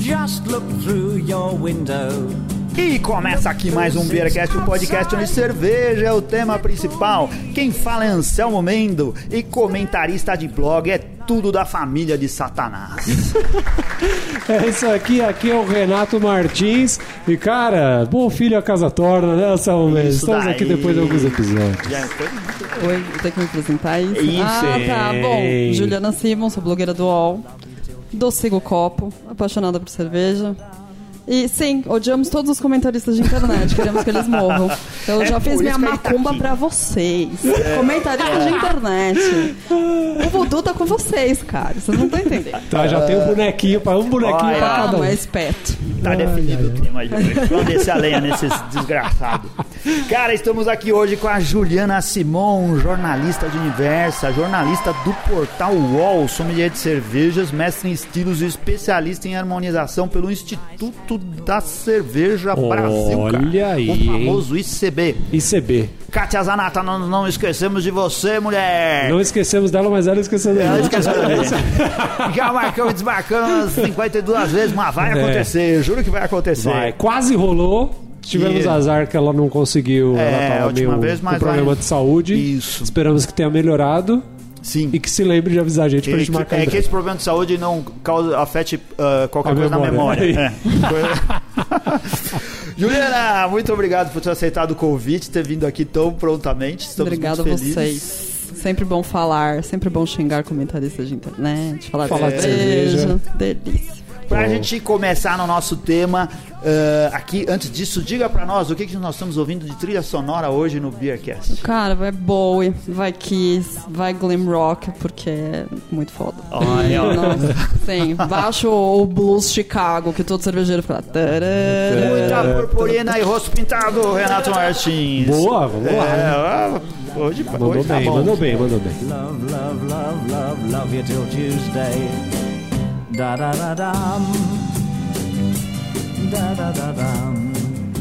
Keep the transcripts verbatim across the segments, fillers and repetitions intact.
just look through your window. E começa aqui mais um Beercast, um podcast onde cerveja é o tema principal. Quem fala é Anselmo Mendo e comentarista de blog é tudo da família de Satanás. É isso aqui, aqui é o Renato Martins. E cara, bom filho a casa torna, né, Anselmo Mendo? Estamos daí. aqui depois de alguns episódios. Já foi? Oi, tem que me apresentar isso? Isso, ah, é. tá, bom. Juliana Simon, sou blogueira do U O L, do Sigo Copo, apaixonada por cerveja. E sim, odiamos todos os comentaristas de internet, queremos que eles morram. Eu É já fiz por minha isso que ele tá macumba aqui. pra vocês. Comentaristas de internet. O voodoo tá com vocês, cara. Vocês não estão entendendo. Tá, já tem um bonequinho, pra, um bonequinho Olha. pra cada Ah, um. mas pet. Tá definido o tema de hoje. Vamos descer a lenha nesses desgraçados. Cara, estamos aqui hoje com a Juliana Simon, jornalista de Universa, jornalista do portal U O L, sommelier de cervejas, mestre em estilos e especialista em harmonização pelo Instituto da Cerveja Brasil, cara. Olha aí, o famoso I C B. I C B. Kátia Zanata, não, não esquecemos de você, mulher. Não esquecemos dela, mas ela esqueceu da Ela gente. esqueceu da gente. Já marcamos e desmarcamos umas cinquenta e duas vezes, mas vai É. acontecer, juro que vai acontecer. Vai, quase rolou. Tivemos E- azar que ela não conseguiu. É, ela a tava última meio vez, mas com problema vai- de saúde. Isso. Esperamos que tenha melhorado Sim. e que se lembre de avisar a gente pra Que, gente marcar. é em que breve. esse problema de saúde não causa, afete uh, qualquer A coisa na memória. memória. É. Juliana, muito obrigado por ter aceitado o convite, ter vindo aqui tão prontamente. Estamos Obrigada a muito felizes. vocês. Sempre bom falar, sempre bom xingar comentaristas de internet, falar, Falar de de cerveja. cerveja. Delícia. Pra Bom. gente começar no nosso tema, uh, aqui, antes disso, diga pra nós o que, que nós estamos ouvindo de trilha sonora hoje no Beercast. Cara, vai Bowie, vai Kiss, vai Glam Rock, porque é muito foda. Olha, ó. Nossa, sim, baixa o Blues Chicago, que todo cervejeiro fala. Muita purpurina e rosto pintado, Renato Martins. Boa, vamos lá. É, ó, hoje, Mandou hoje tá bem, bom. mandou bem, mandou bem. Love, love, love, love, love you till Tuesday. Da da da dum. Da da da dum.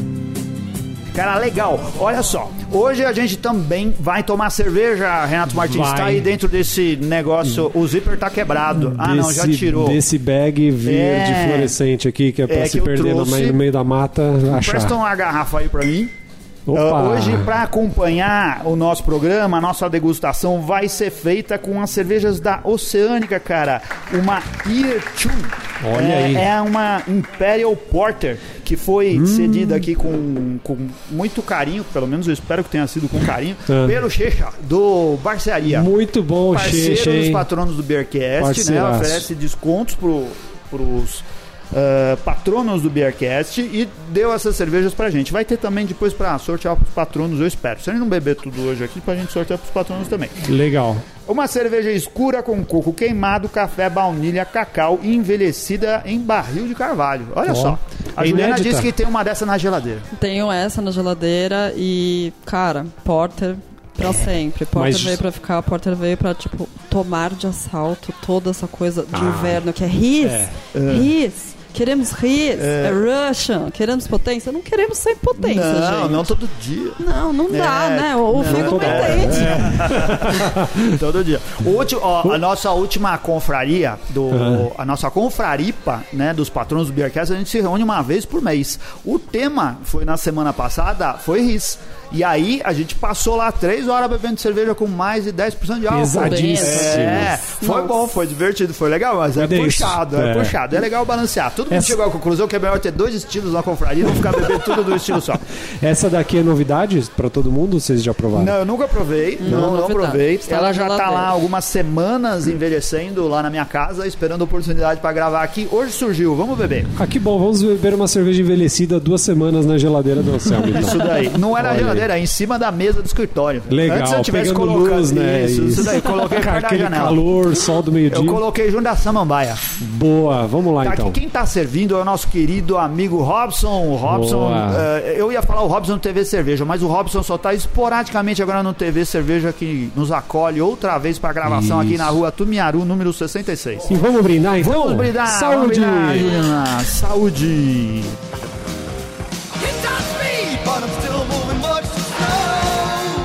Cara, legal. Olha só, hoje a gente também vai tomar cerveja, Renato Martins. Vai. Tá aí dentro desse negócio, o zíper tá quebrado. Ah, não, já Desse- tirou. Desse bag verde É. fluorescente aqui, que é pra É, se que eu perder no trouxe. meio, no meio da mata, achar. Presta uma garrafa aí pra mim. Opa. Uh, hoje, para acompanhar o nosso programa, a nossa degustação vai ser feita com as cervejas da Oceânica, cara. Uma Year Two. Olha é, aí. É uma Imperial Porter que foi Hum. cedida aqui com, com muito carinho, pelo menos eu espero que tenha sido com carinho, Ah. pelo Checha, do Barcearia. Muito bom, Parceiro Checha, dos hein? patronos do Beercast, né? Parceiraço. Oferece descontos pro, pros uh, patronos do Beercast e deu essas cervejas pra gente. Vai ter também depois pra sortear pros patronos, eu espero. Se a gente não beber tudo hoje aqui, pra gente sortear pros patronos também. Legal. Uma cerveja escura com coco queimado, café, baunilha, cacau e envelhecida em barril de carvalho. Olha Ó, só. A é Juliana inédita. disse que tem uma dessa na geladeira. Tenho essa na geladeira e, cara, Porter pra sempre. Porter Mas- veio pra ficar, Porter veio pra, tipo, tomar de assalto toda essa coisa de Ah. inverno, que é Riz, É. Riz. Queremos Riz, é. Russian, queremos potência. Não queremos sem potência, não, gente. não todo dia. Não, não dá, É, né? O, o Figo todo- não entende. Todo dia. O último, ó, a nossa última confraria, do, Uhum. a nossa confraripa, né, dos patrões do Beercast, a gente se reúne uma vez por mês. O tema foi na semana passada, foi Riz. E aí a gente passou lá três horas bebendo cerveja com mais de dez por cento de álcool. Pesadíssimo. É, foi Nossa. bom, foi divertido, foi legal, mas é Foi denso. puxado, é. É. puxado. É legal balancear. Todo mundo Essa- chegou à conclusão que é melhor ter dois estilos na confraria e não ficar bebendo tudo do estilo só. Essa daqui é novidade pra todo mundo? Vocês já provaram? Não, eu nunca provei, não, não, novidade. provei. Está Ela na já tá geladeira. lá algumas semanas envelhecendo lá na minha casa, esperando a oportunidade pra gravar aqui. Hoje surgiu, vamos beber. Ah, que bom. Vamos beber uma cerveja envelhecida duas semanas na geladeira do Anselmo. Então. Isso daí. Não era na Olha aí. geladeira, é em cima da mesa do escritório. Legal, Antes eu tivesse pegando colocado luz, né? Isso, isso daí, coloquei Com perto da aquele janela. calor, sol do Eu meio-dia. coloquei junto da samambaia. Boa, vamos lá Tá, então. aqui, quem tá servindo é o nosso querido amigo Robson. O Robson, Boa. eh, eu ia falar o Robson no T V Cerveja, mas o Robson só tá esporadicamente agora no T V Cerveja, que nos acolhe outra vez pra gravação aqui Isso. na rua Tumiaru, número sessenta e seis. E vamos brindar então? Vamos brindar! Saúde! Vamos brindar, Juliana! Saúde! It touched me, but I'm still moving much too slow.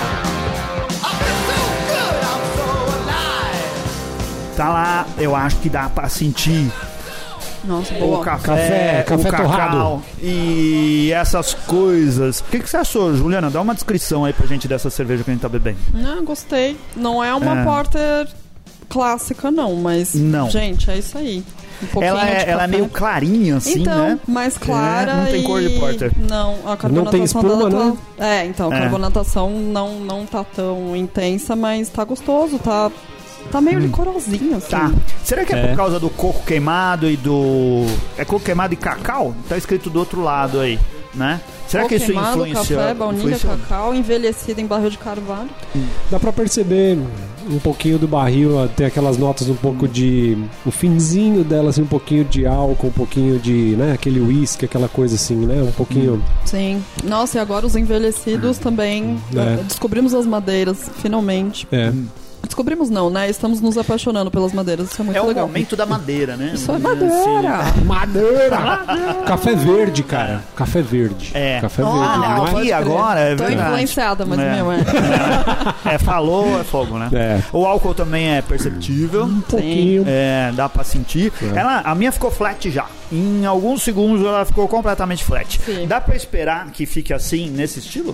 I feel so good, I'm so alive. Tá lá, eu acho que dá pra sentir Nossa, O boa. café, Café- café o cacau torrado. e essas coisas. O que, que você achou, Juliana? Dá uma descrição aí pra gente dessa cerveja que a gente tá bebendo. Ah, gostei. Não é uma É. porter clássica, não, mas. Não. Gente, é isso aí. Um pouquinho Ela é, de ela é café. meio clarinha, assim, então, né? mais clara. É, não tem e... cor de porter. Não, a carbonatação tem espuma, dela né? tá... É, então, a É. carbonatação não, não tá tão intensa, mas tá gostoso, tá, tá meio licorosinho, assim. Tá. Será que é, É. por causa do coco queimado e do... É coco queimado e cacau? Tá escrito do outro lado aí, né? Será que isso Queimado, influencia? café, baunilha, influencia? cacau, envelhecido em barril de carvalho. Dá pra perceber um pouquinho do barril, ó, tem aquelas notas um pouco de... O finzinho dela, assim, um pouquinho de álcool, um pouquinho de, né, aquele whisky, aquela coisa assim, né? Um pouquinho... Sim. Nossa, e agora os envelhecidos também. É. eh, Descobrimos as madeiras, finalmente. É. Descobrimos não, né? Estamos nos apaixonando pelas madeiras, isso é muito É o legal. momento da madeira, né? Isso é Assim, madeira! Madeira! Café verde, cara. Café verde. É. Café Ah, verde. não, não é? aqui crer. agora é Tô verdade. influenciada, mas É. meu, é. É, falou, é fogo, né? É. O álcool também é perceptível. Um pouquinho. É, dá pra sentir. É. Ela, a minha ficou flat já. Em alguns segundos ela ficou completamente flat. Sim. Dá pra esperar que fique assim, nesse estilo?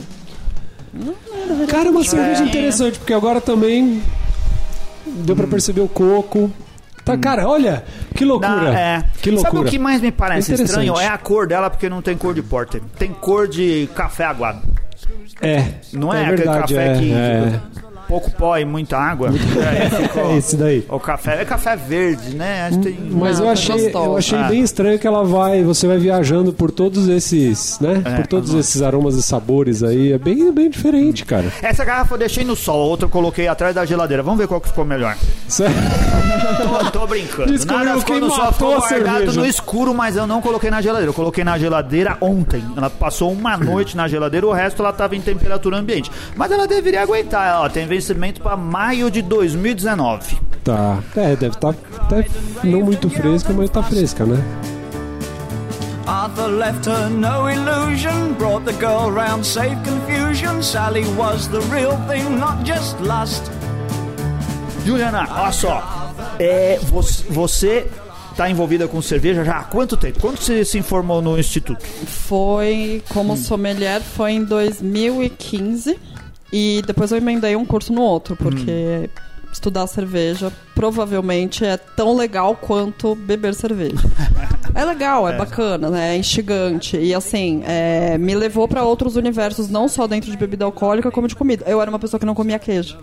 Cara, uma cerveja É. interessante, porque agora também deu pra perceber o coco. Tá, cara, olha, que loucura. Dá, é. Que loucura. Sabe o que mais me parece Interessante. estranho? É a cor dela, porque não tem cor de porter. Tem cor de café aguado. É. Não é, é aquele verdade, café é, que é. pouco pó e muita água. É, ficou- É esse daí. o café é café verde, né? Acho que tem... Mas Não, eu tá achei, gostosa. eu achei Ah. bem estranho que ela vai, você vai viajando por todos esses, né? É, por todos aham. esses aromas e sabores aí. É bem, bem diferente, cara. Essa garrafa eu deixei no sol, a outra eu coloquei atrás da geladeira. Vamos ver qual que ficou melhor. Sério? Tô, tô brincando. Descobriu Nada ficou quem no sol, matou ficou a guardado cerveja. no escuro, mas eu não coloquei na geladeira. Eu coloquei na geladeira ontem. Ela passou uma noite na geladeira, o resto ela tava em temperatura ambiente. Mas ela deveria aguentar, ó. Tem vencimento pra maio de dois mil e dezenove. Tá. É, deve estar tá, não muito fresca, mas tá fresca, né? Arthur left her no illusion, brought the girl round, saved confusion. Sally was the real thing, not just lust. Juliana, olha só. É, você, você tá envolvida com cerveja já há quanto tempo? Quando você se informou no instituto? Foi como sommelier, foi em dois mil e quinze. E depois eu emendei um curso no outro, porque estudar cerveja provavelmente é tão legal quanto beber cerveja. É legal, é, bacana, né? É instigante. E assim, é, me levou pra outros universos, não só dentro de bebida alcoólica, como de comida. Eu era uma pessoa que não comia queijo.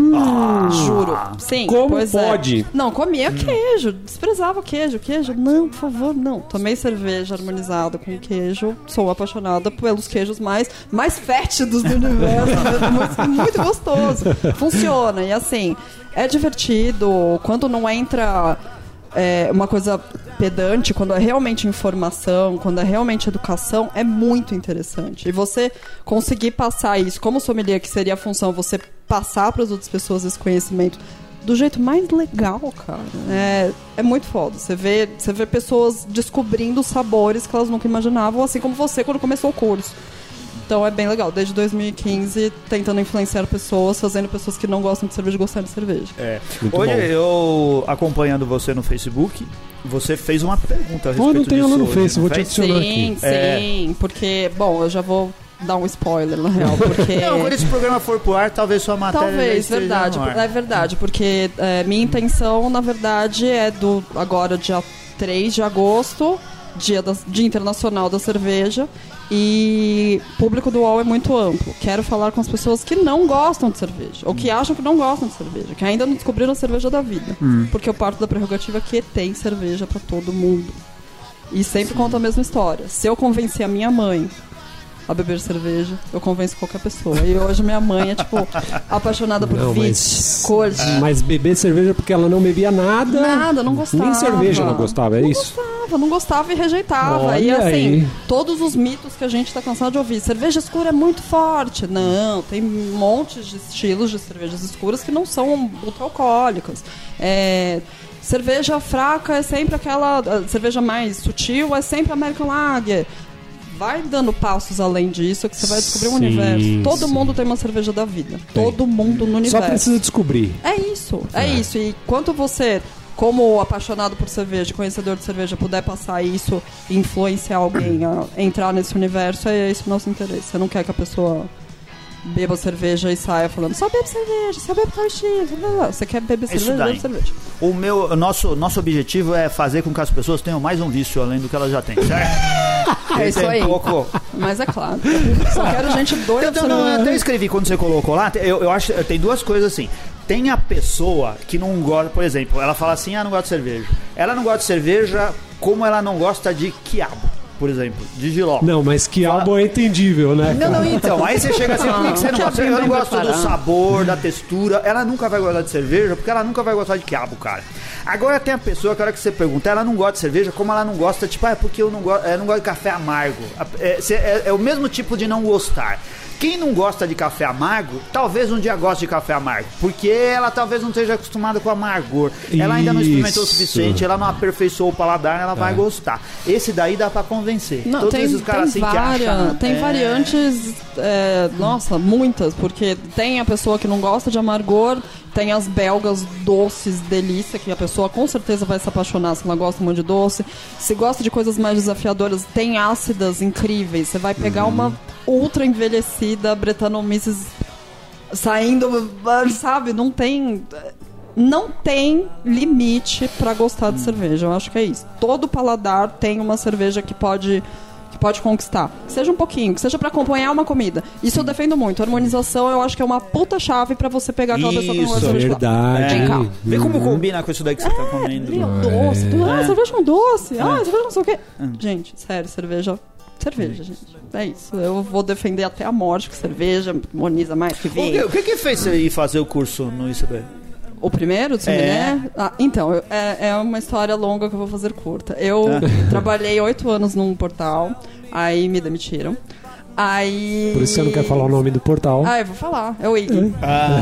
Juro. Sim, Como pois pode? É. Não, comia queijo. Desprezava queijo. Queijo, não, por favor, não. Tomei cerveja harmonizada com queijo. Sou apaixonada pelos queijos mais, mais fétidos do universo. muito, muito gostoso. Funciona. E assim, é divertido. Quando não entra é, uma coisa pedante, quando é realmente informação, quando é realmente educação, é muito interessante. E você conseguir passar isso, como sommelier, que seria a função, você passar para as outras pessoas esse conhecimento do jeito mais legal, cara. É, é muito foda. Você vê, você vê pessoas descobrindo sabores que elas nunca imaginavam, assim como você quando começou o curso. Então é bem legal. Desde dois mil e quinze, tentando influenciar pessoas, fazendo pessoas que não gostam de cerveja gostarem de cerveja. É. Muito Hoje bom. eu, acompanhando você no Facebook, você fez uma pergunta a respeito Oh, não tenho disso lá no hoje, Face, não vou te fez? adicionar Sim, aqui. sim. É. Porque, bom, eu já vou dar um spoiler, na real. Porque... Não, quando esse programa for pro ar, talvez sua matéria já Talvez, esteja verdade. no ar. É verdade, porque é, minha intenção, na verdade, é do agora, dia três de agosto, dia, da, dia internacional da cerveja, e o público do U O L é muito amplo. Quero falar com as pessoas que não gostam de cerveja, ou que acham que não gostam de cerveja, que ainda não descobriram a cerveja da vida. Porque eu parto da prerrogativa que tem cerveja pra todo mundo. E sempre conto a mesma história. Se eu convencer a minha mãe a beber cerveja, eu convenço qualquer pessoa. E hoje minha mãe é, tipo, apaixonada por Não, Vit, mas- Cold. Mas beber cerveja porque ela não bebia nada. Nada, não gostava. Nem cerveja ela gostava, é não isso? Gostava, não gostava e rejeitava. Olha e assim, aí. todos os mitos que a gente tá cansado de ouvir. Cerveja escura é muito forte. Não, tem montes de estilos de cervejas escuras que não são ultra-alcoólicas. É... Cerveja fraca é sempre aquela... a cerveja mais sutil é sempre American Lager. Vai dando passos além disso que você vai descobrir um Sim, universo. Todo sim. mundo tem uma cerveja da vida. Tem. Todo mundo no Só universo. precisa descobrir. É isso, é, É. isso. E quanto você como apaixonado por cerveja, conhecedor de cerveja, puder passar isso e influenciar alguém a entrar nesse universo, é esse o nosso interesse. Você não quer que a pessoa beba cerveja e saia falando só bebe cerveja, só bebe tal estilo. Você quer beber Isso cerveja, daí. bebe cerveja. O meu, o nosso, nosso objetivo é fazer com que as pessoas tenham mais um vício além do que elas já têm, certo? É isso Tem aí. pouco... Mas é claro. Só quero gente doida Eu, pra eu, não, eu cerveja. até escrevi quando você colocou lá, eu, eu acho tem duas coisas assim. Tem a pessoa que não gosta, por exemplo, ela fala assim, ah, não gosto de cerveja. Ela não gosta de cerveja como ela não gosta de quiabo, por exemplo, de jiló. Não, mas quiabo é entendível, né? Não, não, então. Aí você chega assim, por que que você não Que gosta? bem Eu não bem gosto do preparado. sabor, da textura. Ela nunca vai gostar de cerveja, porque ela nunca vai gostar de quiabo, cara. Agora tem a pessoa que a hora que você pergunta, ela não gosta de cerveja, como ela não gosta, tipo, ah, é porque eu não gosto, eu não gosto de café amargo. É, é, é o mesmo tipo de não gostar. Quem não gosta de café amargo, talvez um dia goste de café amargo, porque ela talvez não esteja acostumada com amargor. Ela ainda não experimentou o Isso. suficiente, ela não aperfeiçoou o paladar, ela vai gostar. Esse daí dá pra convencer. Não, Todos tem, esses caras tem, assim várias, que acham... tem é, variantes, é, nossa, muitas, porque tem a pessoa que não gosta de amargor, tem as belgas doces, delícia, que a pessoa com certeza vai se apaixonar se ela gosta muito de doce. Se gosta de coisas mais desafiadoras, tem ácidas incríveis. Você vai pegar uma ultra envelhecida Brettanomyces saindo, sabe? Não tem... Não tem limite pra gostar de cerveja. Eu acho que é isso. Todo paladar tem uma cerveja que pode... que pode conquistar. Que seja um pouquinho, que seja pra acompanhar uma comida. Isso eu defendo muito. A harmonização eu acho que é uma puta chave pra você pegar aquela pessoa que não gosta de cerveja. Verdade. Vem cá. Vê como combina com isso daí que você tá comendo. Meu, doce. Tudo, ah, cerveja com doce. Ah, cerveja não sei o quê. Gente, sério, cerveja... Cerveja, gente. É isso. Eu vou defender até a morte que cerveja harmoniza mais que O vinho. que, o que que fez você ir fazer o curso no I C B? O primeiro, de É. sommelier? Ah, então, eu- é, é uma história longa que eu vou fazer curta. Eu trabalhei oito anos num portal, aí me demitiram. Aí... Por isso você não quer falar o nome do portal. Ah, eu vou falar. É o I G.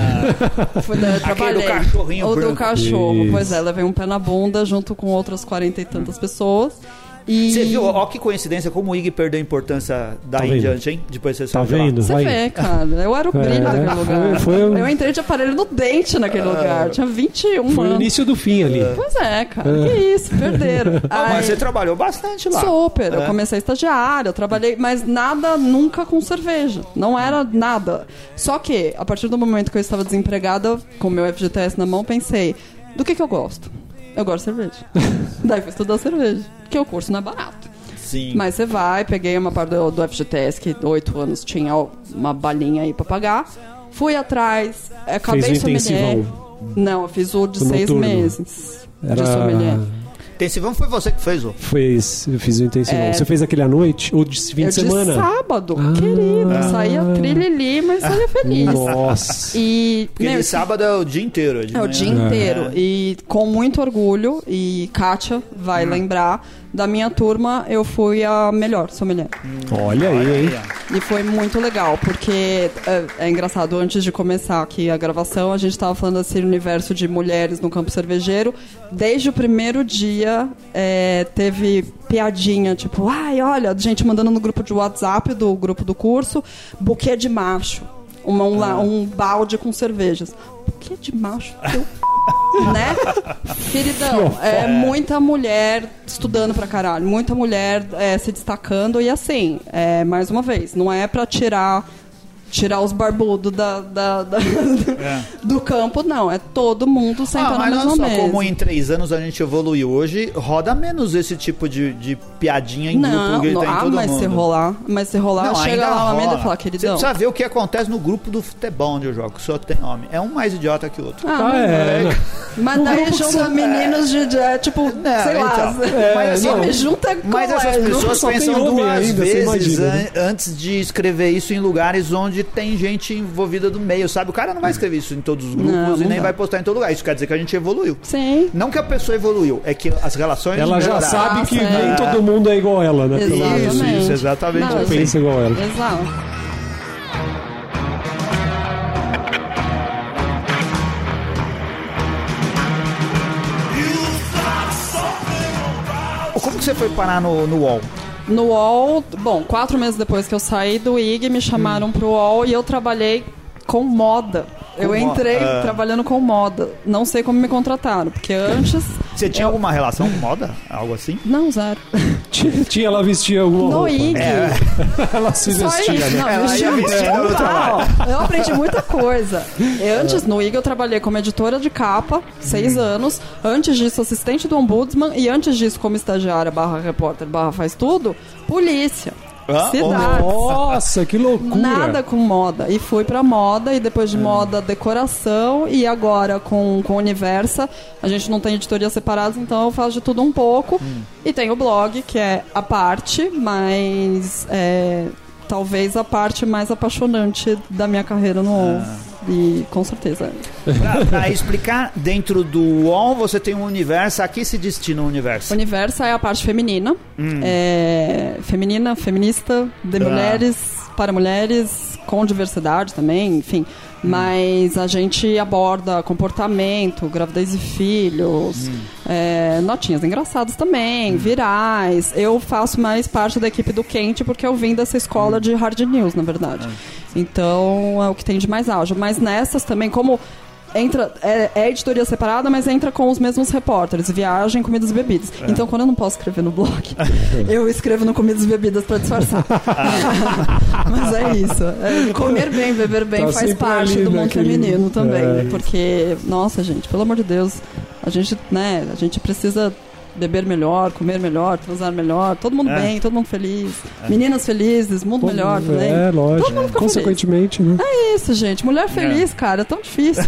Ah, Fui da, eu trabalhei. do cachorrinho O do branco. cachorro. Isso. Pois é, levei um pé na bunda junto com outras quarenta e tantas pessoas. E... você viu? Ó que coincidência, como o I G perdeu a importância daí Tá em vendo? diante, hein? Depois você Tá saiu de lá. vendo? Você Vai. vê, cara. Eu era o brilho É, daquele lugar. foi- foi um- Eu entrei de aparelho no dente naquele lugar. Tinha vinte e um Foi o anos. início do fim ali. Pois é, cara. Que isso, perderam. Ah, Aí- mas você trabalhou bastante lá. Super, É. eu comecei estagiária, eu trabalhei, mas nada nunca com cerveja. Não era nada. Só que, a partir do momento que eu estava desempregada, com o meu F G T S na mão, pensei, do que que eu gosto? Eu gosto de cerveja. Daí fui estudar cerveja, porque o curso não é barato. Sim. Mas você vai, peguei uma parte do, do F G T S, que oito anos tinha uma balinha aí pra pagar. Fui atrás, acabei Fez o sommelier. intensivão. Não, eu fiz o de O seis noturno. meses de Era... sommelier. Intensivão foi você que fez, ô. Fez, eu fiz o intensivão. É. Você fez aquele à noite? Ou de fim Eu de semana? de sábado, Ah. querido. Saía trilili, mas saía feliz. Nossa. E Porque meu, de sábado é o dia inteiro. de é o manhã. dia inteiro. E com muito orgulho, e Kátia vai lembrar, da minha turma eu fui a melhor sommelier. Olha aí, hein? ó. E foi muito legal, porque é, é engraçado, antes de começar aqui a gravação, a gente estava falando desse universo de mulheres no campo cervejeiro. Desde o primeiro dia, é, teve piadinha, tipo, ai, olha, gente mandando no grupo de WhatsApp do grupo do curso, buquê de macho. Uma, um, la- um balde com cervejas. Buquê de macho? Teu né? Queridão, é muita mulher estudando pra caralho, muita mulher é, se destacando e assim, é, mais uma vez, não é pra tirar tirar os barbudos da, da- da- do campo, não, é todo mundo Ah, sentando mas na não mesma só mesa. como em três anos a gente evoluiu. Hoje roda menos esse tipo de, de piadinha em grupo Não, que não tem ah, todo mas mundo. se rolar, mas se rolar, Não, chega ainda lá na rola. mesa e fala, Você queridão. precisa ver o que acontece no grupo do futebol onde eu jogo, só tem homem. É um mais idiota que o outro. Ah, Ah, é. né? mas daí junta meninos de, de é, tipo, sei lá, então. Mas só assim, me junta com Mas essas é, pessoas só tem pensam homem duas ainda, você vezes imagina, né? an- antes de escrever isso em lugares onde tem gente envolvida do meio, sabe? O cara não vai escrever isso em todos os grupos Não, e não nem dá. vai postar em todo lugar. Isso quer dizer que a gente evoluiu. Sim. Não que a pessoa evoluiu, é que as relações Ela já melhoraram. sabe que Nossa, nem é. todo mundo é igual ela, né? Pelo menos. Isso, Exatamente. isso, exatamente Não, assim. Pensa igual ela. Exato. Como que você foi parar no, no U O L? No U O L, bom, quatro meses depois que eu saí do I G, me chamaram pro U O L e eu trabalhei com moda. Eu Com mo- entrei ah. trabalhando com moda. Não sei como me contrataram, porque antes você tinha alguma relação com moda? Algo assim? Não, zero. Tinha, tinha ela vestia alguma No roupa. I G. É. Ela se Só vestia, isso, né? não, Ela vestia ia vestida no trabalho. total. Eu aprendi muita coisa. Eu, antes, no I G, eu trabalhei como editora de capa, seis anos. Antes disso, assistente do ombudsman. E antes disso, como estagiária, barra repórter, barra faz tudo, polícia. Ah, Cidades. Nossa, que loucura. Nada com moda. E fui pra moda, e depois de moda, decoração. E agora com, com Universa, a gente não tem editoria separadas, então eu faço de tudo um pouco. Hum. E tem o blog, que é a parte, mas é, talvez a parte mais apaixonante da minha carreira no U O L. Ah. E com certeza. Pra, pra explicar, dentro do U O L você tem um universo. A que se destina o universo? O universo é a parte feminina. Hum. É, feminina, feminista, de ah. mulheres, para mulheres, com diversidade também, enfim. Hum. Mas a gente aborda comportamento, gravidez e filhos, hum. é, notinhas engraçadas também, hum. virais. Eu faço mais parte da equipe do Quente porque eu vim dessa escola hum. de hard news, na verdade. Hum. Então é o que tem de mais ágil. Mas nessas também, como entra, é, é editoria separada, mas entra com os mesmos repórteres, viagem, comidas e bebidas. É. Então quando eu não posso escrever no blog, eu escrevo no comidas e bebidas pra disfarçar. Mas é isso. É, comer bem, beber bem, tá, faz parte do mundo naquele... feminino também. É. Porque, nossa gente, pelo amor de Deus, a gente, né, a gente precisa beber melhor, comer melhor, transar melhor, todo mundo é. bem, todo mundo feliz, é. meninas felizes, mundo Pô, melhor também. É, lógico. Todo mundo fica Consequentemente, feliz. Né? É isso, gente. Mulher feliz, é. cara, é tão difícil.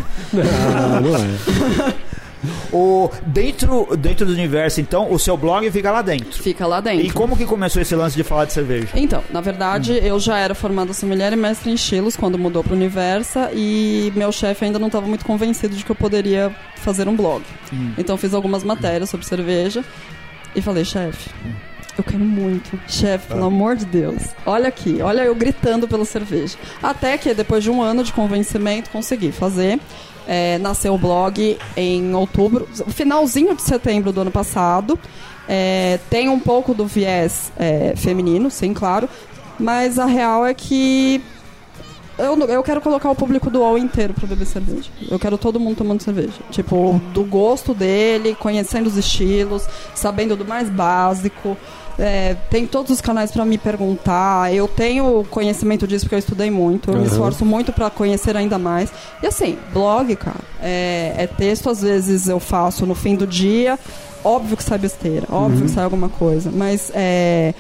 não, não é. O, dentro, dentro do universo, então, o seu blog fica lá dentro. Fica lá dentro. E como que começou esse lance de falar de cerveja? Então, na verdade, hum. eu já era formada sommelier e mestre em estilos quando mudou pro Universa, e meu chefe ainda não estava muito convencido de que eu poderia fazer um blog. Hum. Então fiz algumas matérias sobre cerveja e falei, chefe, hum. eu quero muito. Chefe, pelo ah. amor de Deus. Olha aqui, olha eu gritando pela cerveja. Até que depois de um ano de convencimento consegui fazer. É, nasceu o blog em outubro, finalzinho de setembro do ano passado. É, tem um pouco do viés é, feminino, sim, claro. Mas a real é que eu, eu quero colocar o público do U O L inteiro pra beber cerveja. Eu quero todo mundo tomando cerveja. Tipo, do gosto dele, conhecendo os estilos, sabendo do mais básico. É, tem todos os canais pra me perguntar. Eu tenho conhecimento disso porque eu estudei muito. Eu uhum. me esforço muito pra conhecer ainda mais. E assim, blog, cara, é, é texto, às vezes eu faço no fim do dia. Óbvio que sai besteira, óbvio uhum. que sai alguma coisa. Mas é,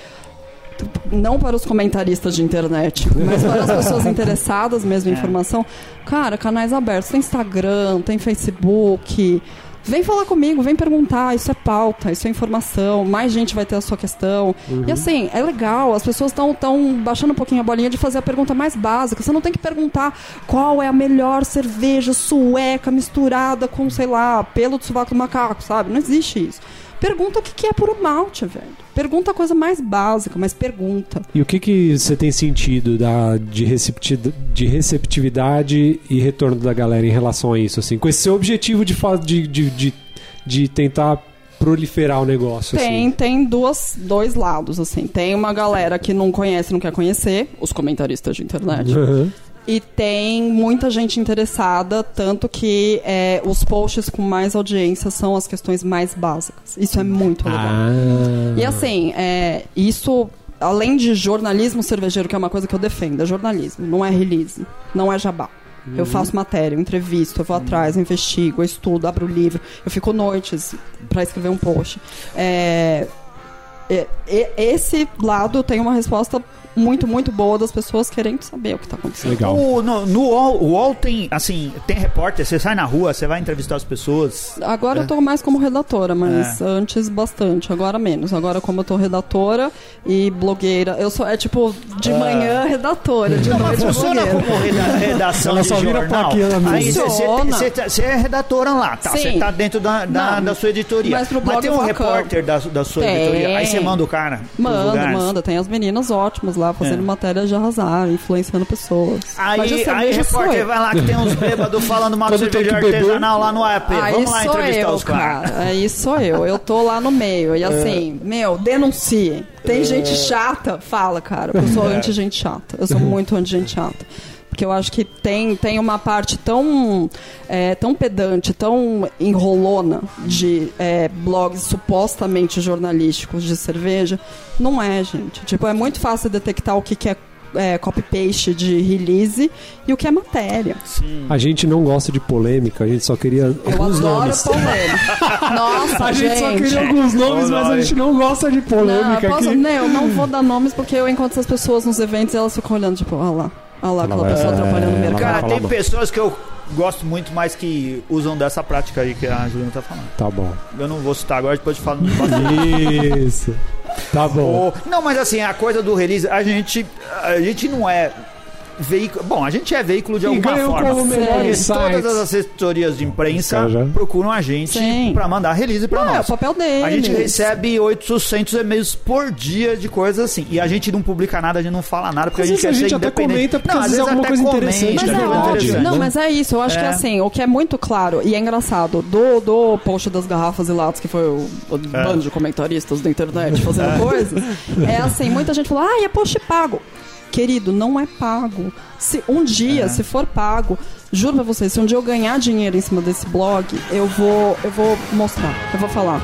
não para os comentaristas de internet, mas para as pessoas interessadas mesmo em é. informação. Cara, canais abertos. Tem Instagram, tem Facebook. Vem falar comigo, vem perguntar, isso é pauta, isso é informação, mais gente vai ter a sua questão. Uhum. E assim, é legal, as pessoas estão tão baixando um pouquinho a bolinha de fazer a pergunta mais básica. Você não tem que perguntar qual é a melhor cerveja sueca misturada com, sei lá, pelo do sovaco do macaco, sabe? Não existe isso. Pergunta o que, que é puro malte, velho. Pergunta a coisa mais básica, mas pergunta. E o que que você tem sentido da, de, recepti- de receptividade e retorno da galera em relação a isso, assim? Com esse seu objetivo de, de, de, de, de tentar proliferar o negócio, tem, assim. Tem duas, dois lados, assim. Tem uma galera que não conhece, não quer conhecer, os comentaristas de internet. Uhum. E tem muita gente interessada, tanto que é, os posts com mais audiência são as questões mais básicas. Isso é muito legal. Ah. E assim, é, isso, além de jornalismo cervejeiro, que é uma coisa que eu defendo, é jornalismo, não é release, não é jabá. Uhum. Eu faço matéria, eu entrevisto, eu vou uhum. atrás, eu investigo, eu estudo, abro o livro, eu fico noites pra escrever um post. É, é, é, esse lado tem uma resposta muito, muito boa das pessoas querendo saber o que tá acontecendo. Legal. O, no no U O L, o U O L tem, assim, tem repórter, você sai na rua, você vai entrevistar as pessoas. Agora é. eu tô mais como redatora, mas é. antes bastante, agora menos. Agora como eu tô redatora e blogueira, eu sou, é tipo, de é. manhã redatora, de não, noite mas funciona blogueira. como reda, redação Ela de só vira jornal. Aí você é redatora lá, tá? Você tá dentro da, da, da sua editoria. Mas, pro blog mas tem um repórter da, da sua tem. editoria, aí você manda o cara. Manda, manda. Tem as meninas ótimas lá fazendo é. matérias de arrasar, influenciando pessoas. Aí, aí repórter vai lá que tem uns bêbados falando uma cerveja artesanal lá no A P. Aí Vamos lá entrevistar eu, os caras. Cara. Aí sou eu. Eu tô lá no meio. E assim, é. meu, denuncie. Tem é. gente chata? Fala, cara. Eu sou é. anti-gente chata. Eu sou muito anti-gente chata. Porque eu acho que tem, tem uma parte tão, é, tão pedante, tão enrolona de é, blogs supostamente jornalísticos de cerveja. Não é, gente. Tipo, é muito fácil detectar o que, que é É, copy-paste de release e o que é matéria. Sim. A gente não gosta de polêmica, a gente só queria Eu alguns adoro nomes. polêmica. Nossa, A gente, gente. só queria alguns nomes, mas a gente não gosta de polêmica. Não, posso, aqui. não, eu não vou dar nomes porque eu encontro essas pessoas nos eventos e elas ficam olhando, tipo, olha lá, olha lá aquela vai- pessoa é, atrapalhando o ela mercado. Cara, falar tem bom. pessoas que eu gosto muito, mas que usam dessa prática aí que a Juliana tá falando. Tá bom. Eu não vou citar agora, depois eu falo no Isso. Tá bom. O- Não, mas assim, a coisa do release, a gente, a gente não é veículo. Bom, a gente é veículo de E alguma ganhou forma. como melhor Porque insights. todas as assessorias de imprensa Cara, já- procuram a gente Sim. pra mandar release pra Não, é o nós. papel deles. A gente recebe oitocentos e-mails por dia de coisas assim. E a gente não publica nada, a gente não fala nada, porque Às a gente vezes quer a ser gente até independente. comenta, porque não, às às vezes vezes é alguma até coisa comenta, interessante, Mas é é verdade, ótimo. né? Não, mas é isso. Eu acho É. que assim, o que é muito claro e é engraçado do, do post das garrafas e latas, que foi o, o É. bando de comentaristas da internet fazendo coisas, é assim, muita gente fala, ah, é post pago. Querido, não é pago. Se um dia, É. se for pago, juro pra vocês, se um dia eu ganhar dinheiro em cima desse blog, eu vou, eu vou mostrar, eu vou falar.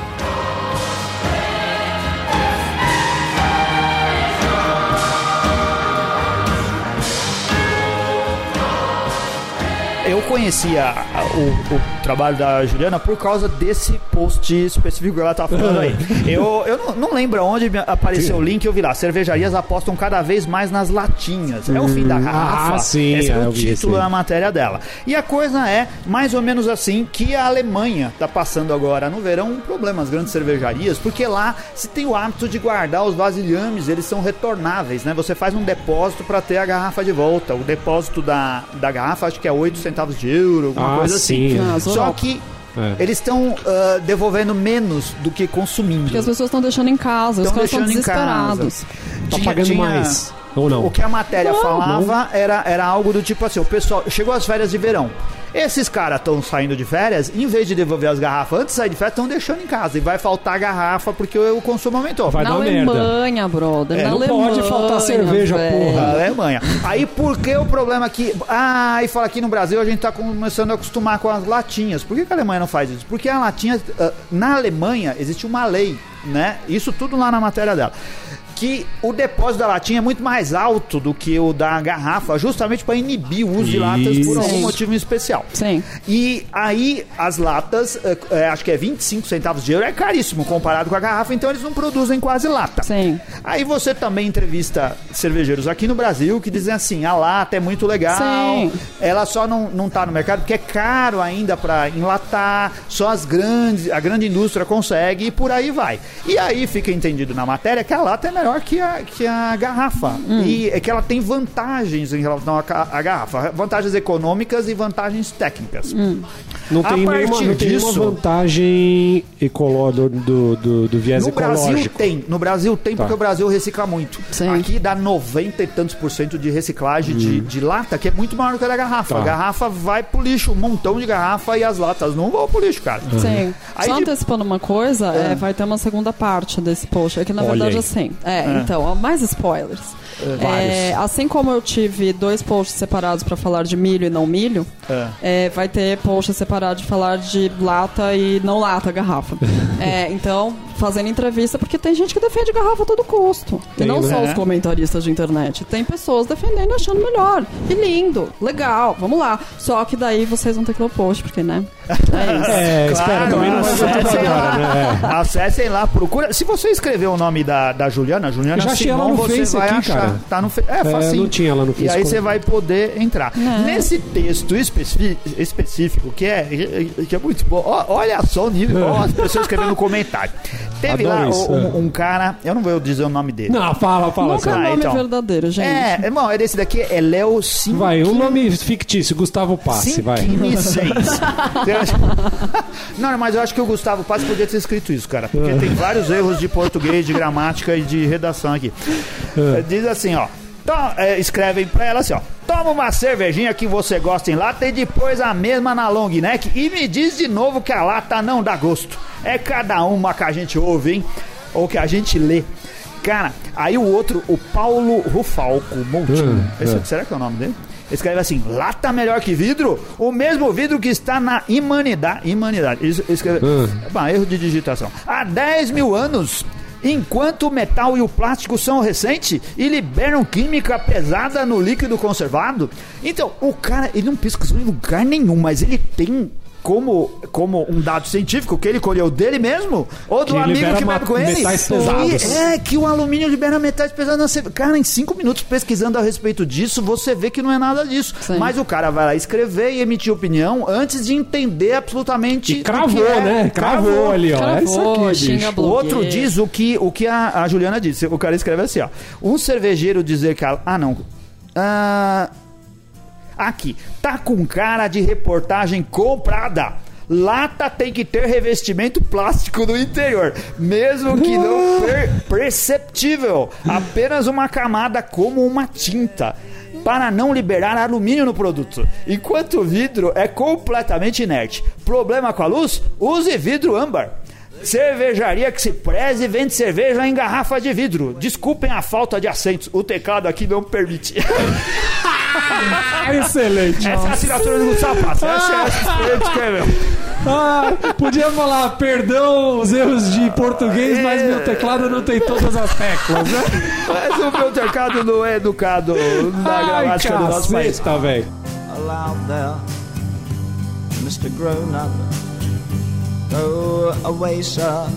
Eu conhecia a- o, o trabalho da Juliana por causa desse post específico que ela tá falando aí. Eu, eu não, não lembro onde me apareceu o link, eu vi lá. Cervejarias apostam cada vez mais nas latinhas. É o fim da garrafa. ah, sim, Esse é eu o vi título esse aí. da matéria dela. E a coisa é mais ou menos assim que a Alemanha tá passando agora no verão um problema, as grandes cervejarias, porque lá se tem o hábito de guardar os vasilhames, eles são retornáveis, né? Você faz um depósito para ter a garrafa de volta. O depósito da, da garrafa acho que é oito centavos de euro, alguma Ah, coisa sim. assim. Ah, Só Zorol. que É. eles estão devolvendo menos do que consumindo. Porque as pessoas estão deixando em casa, os Estão caras estão deixando em casa. desesperados. Tá Tinha- pagando tinha- mais. Ou não? O que a matéria Não, falava Era, era algo do tipo assim, o pessoal chegou às férias de verão. Esses caras estão saindo de férias, em vez de devolver as garrafas antes de sair de férias, estão deixando em casa. E vai faltar garrafa porque o, o consumo aumentou. Vai Na dar merda. Alemanha, brother. É, na não Alemanha, pode faltar cerveja, velho. porra. Na Alemanha. Aí por que o problema aqui? Ah, e fala aqui no Brasil a gente tá começando a acostumar com as latinhas. Por que, que a Alemanha não faz isso? Porque a latinha, ah, na Alemanha existe uma lei, né? Isso tudo lá na matéria dela. Que o depósito da latinha é muito mais alto do que o da garrafa, justamente para inibir o uso de latas por algum Isso. motivo em especial. Sim. E aí as latas, eh, eh, acho que é vinte e cinco centavos de euro, é caríssimo comparado com a garrafa, então eles não produzem quase lata. Sim. Aí você também entrevista cervejeiros aqui no Brasil que dizem assim, a lata é muito legal, Sim. ela só não, não tá no mercado porque é caro ainda para enlatar, só as grandes, a grande indústria consegue e por aí vai. E aí fica entendido na matéria que a lata é melhor que a, que a garrafa. Hum. E é que ela tem vantagens em relação à ca- à garrafa, vantagens econômicas e vantagens técnicas. Hum. Não A tem, nenhuma, partir não tem nenhuma disso- vantagem ecoló, do, do, do, do viés No Brasil ecológico. tem, no Brasil tem, Tá. porque o Brasil recicla muito. Sim. Aqui dá noventa e tantos por cento de reciclagem de, de lata, que é muito maior do que a da garrafa. Tá. A garrafa vai pro lixo, um montão de garrafa, e as latas não vão pro lixo, cara. Sim. Aí Só de- antecipando uma coisa, É. é, vai ter uma segunda parte desse post. É que na Olha verdade aí. assim. É, então, ó, mais spoilers. Vários. É, assim como eu tive dois posts separados pra falar de milho e não milho, É. é, vai ter post separado de falar de lata e não lata, garrafa. É, então, fazendo entrevista, porque tem gente que defende garrafa a todo custo. Tem, e não né? só os comentaristas de internet. Tem pessoas defendendo e achando melhor. E lindo, legal, vamos lá. Só que daí vocês vão ter que ler o post, porque, né? É isso. É, espera, também não vai ser tudo acessem agora, lá, né? É. acessem lá, procura. Se você escrever o nome da, da Juliana, Juliana Eu já achei ela Simon, no você Face vai aqui, achar. cara. Tá no Fe- É, É, facinho. não tinha lá no E Face. aí quando- você vai poder entrar. É. Nesse texto especi- específico, que é, que é muito bom, ó, olha só o nível, ó, as pessoas escrevendo no comentário. Teve Adoro lá isso, um, é. um cara, eu não vou dizer o nome dele. Não, fala, fala. Nunca é sério. Ah, nome então. verdadeiro, gente. É, irmão, é desse daqui, é Léo Sim. Vai, um nome fictício, Gustavo Passe, vai. Não, mas eu acho que o Gustavo Passe podia ter escrito isso, cara. Porque tem vários erros de português, de gramática e de redação aqui. Diz assim, ó. Então, é, escrevem pra ela assim, ó. Toma uma cervejinha que você gosta em lata e depois a mesma na long neck e me diz de novo que a lata não dá gosto. É cada uma que a gente ouve, hein? Ou que a gente lê. Cara, aí o outro, o Paulo Rufalco Montinho. Hum, Esse- é. Será que é o nome dele? Escreve assim, lata melhor que vidro? O mesmo vidro que está na imanidade. Imanidade. Isso, escreve, Hum. Bah, erro de digitação. Há dez mil anos... Enquanto o metal e o plástico são recentes e liberam química pesada no líquido conservado. Então, o cara, ele não pesquisou em lugar nenhum, mas ele tem como, como um dado científico que ele colheu dele mesmo ou do Que amigo libera que bebe com ele. metais pesados. E é que o alumínio libera metais pesados. Cara, em cinco minutos pesquisando a respeito disso, você vê que não é nada disso. Sim. Mas o cara vai lá escrever e emitir opinião antes de entender absolutamente E o cravou, que é. né? Cravou ali, ó. É isso Cravou, aqui, xinga bicho. O blogueiro. outro diz o que, o que a, a Juliana disse. O cara escreve assim, ó. Um cervejeiro dizer que... A, ah, não. Ah, aqui. Tá com cara de reportagem comprada. Lata tem que ter revestimento plástico no interior, mesmo que não per perceptível. Apenas uma camada como uma tinta, para não liberar alumínio no produto. Enquanto o vidro é completamente inerte. Problema com a luz? Use vidro âmbar. Cervejaria que se preze vende cerveja em garrafa de vidro. Desculpem a falta de acentos. O teclado aqui não permite. Excelente. Essa é a assinatura do Gustavo Passa. Essa é a que ele escreveu. Ah, podia falar, perdão os erros de português, mas meu teclado não tem todas as teclas, né? Mas o meu teclado não é educado na Ai, gramática do nosso país. caceta, velho. Aloud there, Mister Grown Up, go away, sir.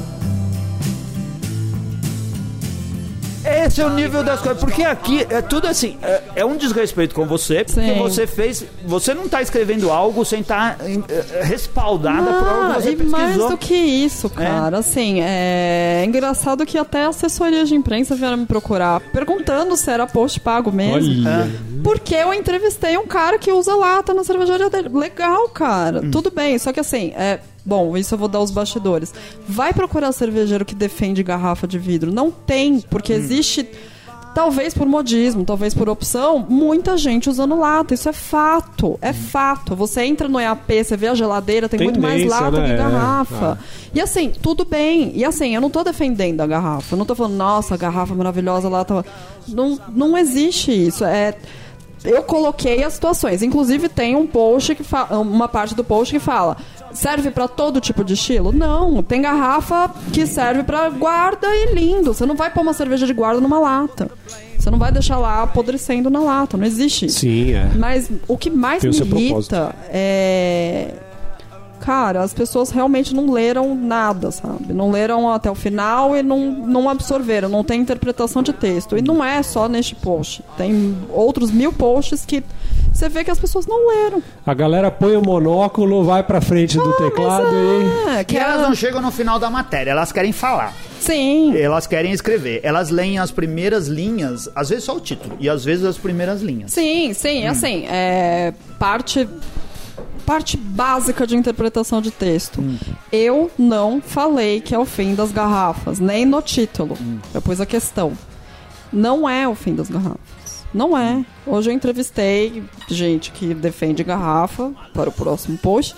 Esse é o nível das coisas, porque aqui é tudo assim, é, é um desrespeito com você, porque Sim. você fez, você não tá escrevendo algo sem estar tá, respaldada por algo que você e mais pesquisou. do que isso, cara, assim, é engraçado que até assessorias de imprensa vieram me procurar perguntando se era post pago mesmo. Olha. Porque eu entrevistei um cara que usa lata na cervejaria dele. Legal, cara. Hum. Tudo bem, só que assim, é... Bom, isso eu vou dar os bastidores. Vai procurar cervejeiro que defende garrafa de vidro. Não tem, porque existe... Talvez por modismo, talvez por opção, muita gente usando lata. Isso é fato, é fato. Você entra no E A P, você vê a geladeira, tem muito mais Tendência, lata né? que É, garrafa. ah. E assim, tudo bem. E assim, eu não tô defendendo a garrafa. Eu não tô falando, nossa, garrafa maravilhosa, lata... Não, não existe isso. É... Eu coloquei as situações. Inclusive tem um post que fala, uma parte do post que fala: serve pra todo tipo de estilo? Não, tem garrafa que serve pra guarda e lindo. Você não vai pôr uma cerveja de guarda numa lata. Você não vai deixar lá apodrecendo na lata. Não existe isso. Sim, é. Mas o que mais Tem o me seu irrita é... Cara, as pessoas realmente não leram nada, sabe? Não leram até o final e não, não absorveram, não tem interpretação de texto. E não é só neste post. Tem outros mil posts que você vê que as pessoas não leram. A galera põe o monóculo, vai pra frente do teclado e... É, E que elas é... não chegam no final da matéria, elas querem falar. Sim. Elas querem escrever. Elas leem as primeiras linhas, às vezes só o título, e às vezes as primeiras linhas. Sim, sim. Hum. Assim, é... Parte... Parte básica de interpretação de texto. Hum. Eu não falei que é o fim das garrafas, nem no título. Hum. Eu pus a questão. Não é o fim das garrafas. Não é. Hoje eu entrevistei gente que defende garrafa para o próximo post.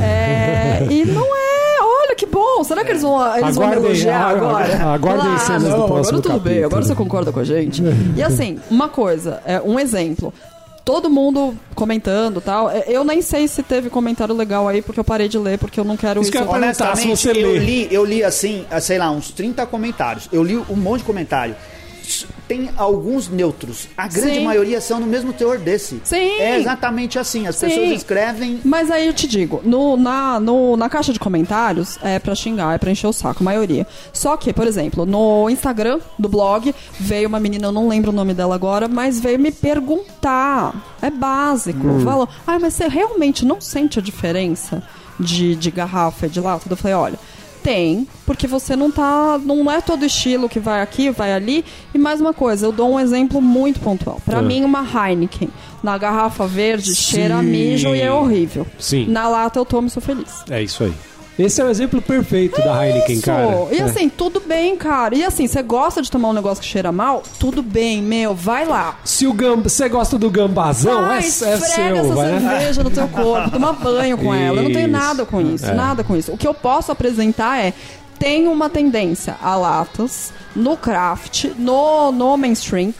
É, e não é. Olha que bom. Será que eles vão, eles vão me Aguardem, elogiar a- agora? aguardem Lá, cenas do não, próximo agora tudo bem. capítulo. Agora você concorda com a gente. E assim, uma coisa, é, um exemplo. Todo mundo comentando e tal. É, Eu nem sei se teve comentário legal aí, porque eu parei de ler, porque eu não quero Isso isso. que eu ia perguntar, se Honestamente, você eu lê. li, eu li assim, ah, sei lá, uns trinta comentários. Eu li um monte de comentário. S- Tem alguns neutros. A grande Sim. maioria são no mesmo teor desse. Sim. É exatamente assim. As Sim. pessoas escrevem. Mas aí eu te digo, no, na, no, na caixa de comentários é pra xingar, é pra encher o saco, a maioria. Só que, por exemplo, no Instagram do blog veio uma menina, eu não lembro o nome dela agora, mas veio me perguntar. É básico. Hum. Falou, ah, mas você realmente não sente a diferença de, de garrafa e de lata? Eu falei, olha, tem, porque você não tá. Não é todo estilo que vai aqui, vai ali. E mais uma coisa, eu dou um exemplo muito pontual. Pra Ah. mim, uma Heineken na garrafa verde Sim. cheira a mijo e é horrível. Sim. Na lata eu tomo e sou feliz. É isso aí. Esse é o exemplo perfeito da Heineken, Isso. cara. E É. assim, tudo bem, cara. E assim, você gosta de tomar um negócio que cheira mal? Tudo bem, meu, vai lá. Se o gamba, você gosta do gambazão, Ah, é, é esfrega seu, essa vai, né? cerveja no teu corpo, toma banho com ela. Eu não tenho Isso. nada com isso, É. nada com isso. O que eu posso apresentar é, tem uma tendência a latas, no craft, no, no mainstream, tem.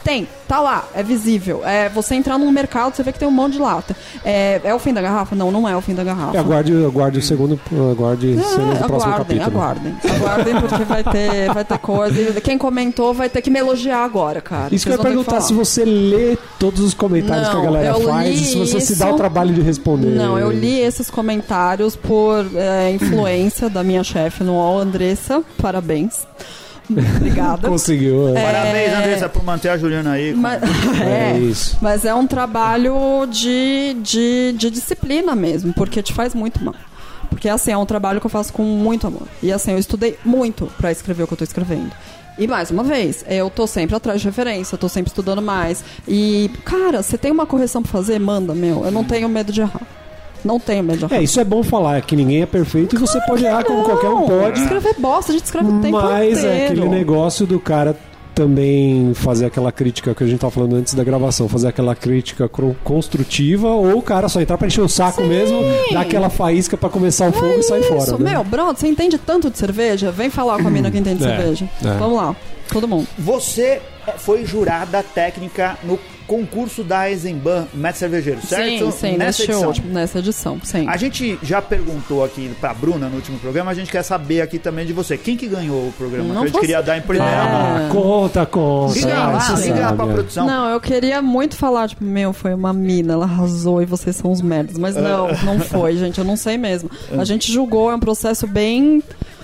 Tá lá, é visível. É, você entrar num mercado, você vê que tem um monte de lata. É, é o fim da garrafa? Não, não é o fim da garrafa. Aguarde, aguarde o segundo, aguarde É, cenas do próximo aguardem, capítulo. aguardem. Aguardem, porque vai ter, vai ter coisa. Quem comentou vai ter que me elogiar agora, cara. Isso que eu ia Vocês vão ter perguntar, se você lê todos os comentários Não, que a galera eu faz li e se você se isso- dá o trabalho de responder. Não, eu li esses comentários por é, influência da minha chefe no U O L, Andressa. Parabéns. Obrigada. Conseguiu. É, Parabéns, Andressa, por manter a Juliana aí. com- Mas, é é, isso. mas é um trabalho de, de, de disciplina mesmo, porque te faz muito mal. Porque assim, é um trabalho que eu faço com muito amor. E assim, eu estudei muito pra escrever o que eu tô escrevendo. E mais uma vez, eu tô sempre atrás de referência, eu tô sempre estudando mais. E, cara, você tem uma correção pra fazer? Manda, meu. Eu não tenho medo de errar. Não tenho medo de errar. É, isso é bom falar, que ninguém é perfeito e você pode errar como qualquer um pode. Escrever bosta, a gente escreve o tempo Mas inteiro. é aquele negócio do cara também fazer aquela crítica que a gente tava falando antes da gravação, fazer aquela crítica cro- construtiva, ou o cara só entrar pra encher o saco mesmo, dar aquela faísca pra começar o fogo e sair fora. Isso, né? meu, brother, você entende tanto de cerveja? Vem falar com a mina que entende de É, cerveja. é. Vamos lá, todo mundo. Você foi jurada técnica no concurso da Eisenbahn Mestre Cervejeiro, certo? Sim, sim, Nessa nesse edição. último, nessa edição, sim. A gente já perguntou aqui pra Bruna no último programa, a gente quer saber aqui também de você. Quem que ganhou o programa? Não que a gente fosse- queria dar em primeira É. mão. Ah, conta, conta. Liga Ah, lá, você liga lá sabe, pra é. produção. Não, eu queria muito falar, tipo, meu, foi uma mina, ela arrasou e vocês são os merdas. Mas não, não foi, gente, eu não sei mesmo. A gente julgou, é um processo bem...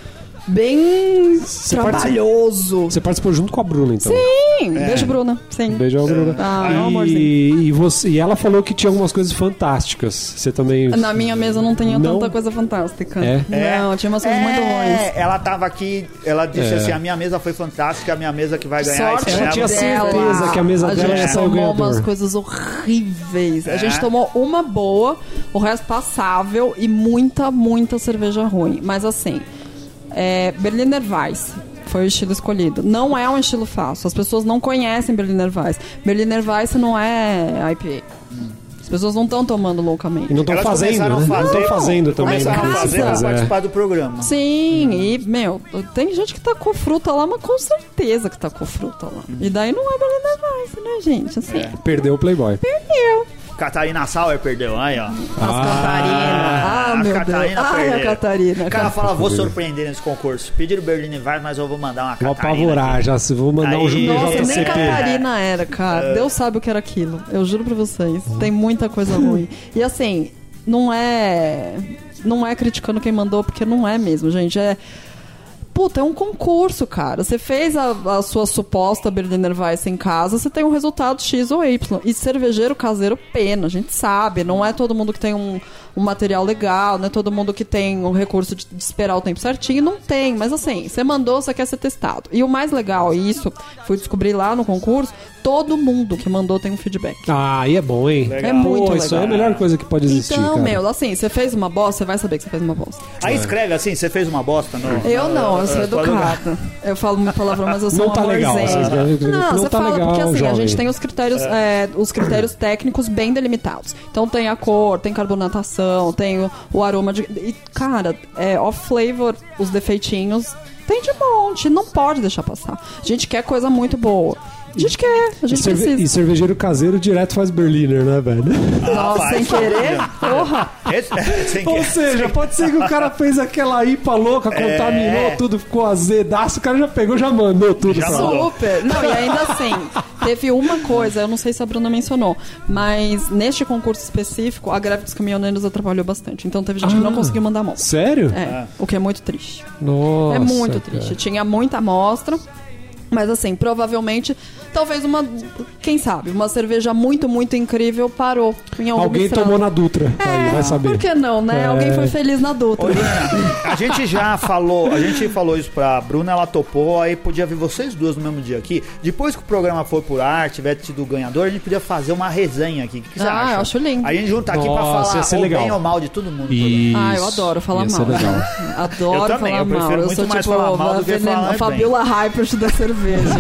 bem Você trabalhoso. Você participou junto com a Bruna, então. Sim, beijo, Bruna. Sim. Beijo ao Bruna. Ah, é um e, amorzinho. e, você, e ela falou que tinha algumas coisas fantásticas. Você também. Na minha mesa não tinha Não? tanta coisa fantástica. É? Não, tinha umas coisas muito ruins. Ela tava aqui, ela disse É. assim, a minha mesa foi fantástica, a minha mesa que vai ganhar Sorte esse Ela tinha dela. certeza que a mesa a dela ia gente sair o tomou ganhador. umas coisas horríveis. É. A gente tomou uma boa, o resto passável e muita, muita cerveja ruim. Mas assim, é, Berliner Weiss foi o estilo escolhido. Não é um estilo fácil. As pessoas não conhecem Berliner Weiss. Berliner Weiss não é I P A. As pessoas não estão tomando loucamente. E não estão Elas fazendo, começaram né? a fazer- Não estão fazendo também. Começaram a né? fazer pra Mas é. participar do programa. Sim, e, meu, tem gente que tá com fruta lá, mas com certeza que tá com fruta lá. E daí não é Berliner Weiss, né, gente? Assim, É. Perdeu o Playboy. perdeu. Catarina Sauer perdeu, aí ó. As Catarina. Ah, a meu Catarina Deus. Ai, perdeu. a Catarina. O cara fala, vou surpreender nesse concurso. Pediram Berliner Weiss, mas eu vou mandar uma Vou Catarina. apavorar já. Se vou mandar um Aí- jogo Nossa, J nem C P. Catarina era, cara. Deus sabe o que era aquilo. Eu juro pra vocês. Tem muita coisa ruim. E assim, não é. Não é criticando quem mandou, porque não é mesmo, gente. É. Puta, é um concurso, cara. Você fez a, a sua suposta Berliner Weiss em casa, você tem um resultado X ou Y. E cervejeiro caseiro, pena, a gente sabe. Não é todo mundo que tem um, um material legal, não é todo mundo que tem um recurso de, de esperar o tempo certinho. Não tem, mas assim, você mandou, você quer ser testado. E o mais legal, e isso fui descobrir lá no concurso, todo mundo que mandou tem um feedback. Ah, aí é bom, hein? Legal. É muito Pô, isso é a legal. melhor coisa que pode existir, Então, cara. meu, assim, você fez uma bosta, você vai saber que você fez uma bosta. Aí escreve assim, você fez uma bosta no... Eu não, eu sou no- educada. Eu falo uma palavrão, mas eu sou Não um tá legal, amorzinho. vocês devem- Não, não você tá fala, legal, porque assim, a jovem. gente tem os critérios, é, os critérios técnicos bem delimitados. Então tem a cor, tem carbonatação, tem o, o aroma de... E, cara, é off-flavor, os defeitinhos, tem de monte, não pode deixar passar. A gente quer coisa muito boa. A gente quer, a E, gente cerve- precisa. e cervejeiro caseiro direto faz Berliner, né, velho? Nossa, Rapaz, sem querer, porra. Esse, sem Ou que- seja, pode ser que o cara fez aquela I P A louca, contaminou tudo, ficou azedaço, o cara já pegou, já mandou tudo Já pra mandou. lá. Super. Não, e ainda assim, teve uma coisa, eu não sei se a Bruna mencionou, mas neste concurso específico, a greve dos caminhoneiros atrapalhou bastante. Então teve gente que não Ah. conseguiu mandar amostra. Sério? É, o que é muito triste. Nossa. é muito cara. triste. Tinha muita amostra. Mas assim, provavelmente, talvez uma, quem sabe, uma cerveja muito, muito incrível parou em alguma Alguém estrada. tomou na Dutra. Aí, vai saber. Por que não, né? É. Alguém foi feliz na Dutra. Ô, Juliana, a gente já falou, a gente falou isso pra Bruna, ela topou, aí podia vir vocês duas no mesmo dia aqui. Depois que o programa for por ar, tiver tido o ganhador, a gente podia fazer uma resenha aqui. O que, que você Ah, acha? eu acho lindo. Aí a gente junta aqui Nossa, pra ia falar ser ou legal. bem ou mal de todo mundo. Isso. Ah, eu adoro falar Ia ser mal. legal. Adoro Eu também, falar eu prefiro mal. Eu muito sou mais tipo falar mal a, do que veneno- falar a bem. Fabiola Hypert da cerveja.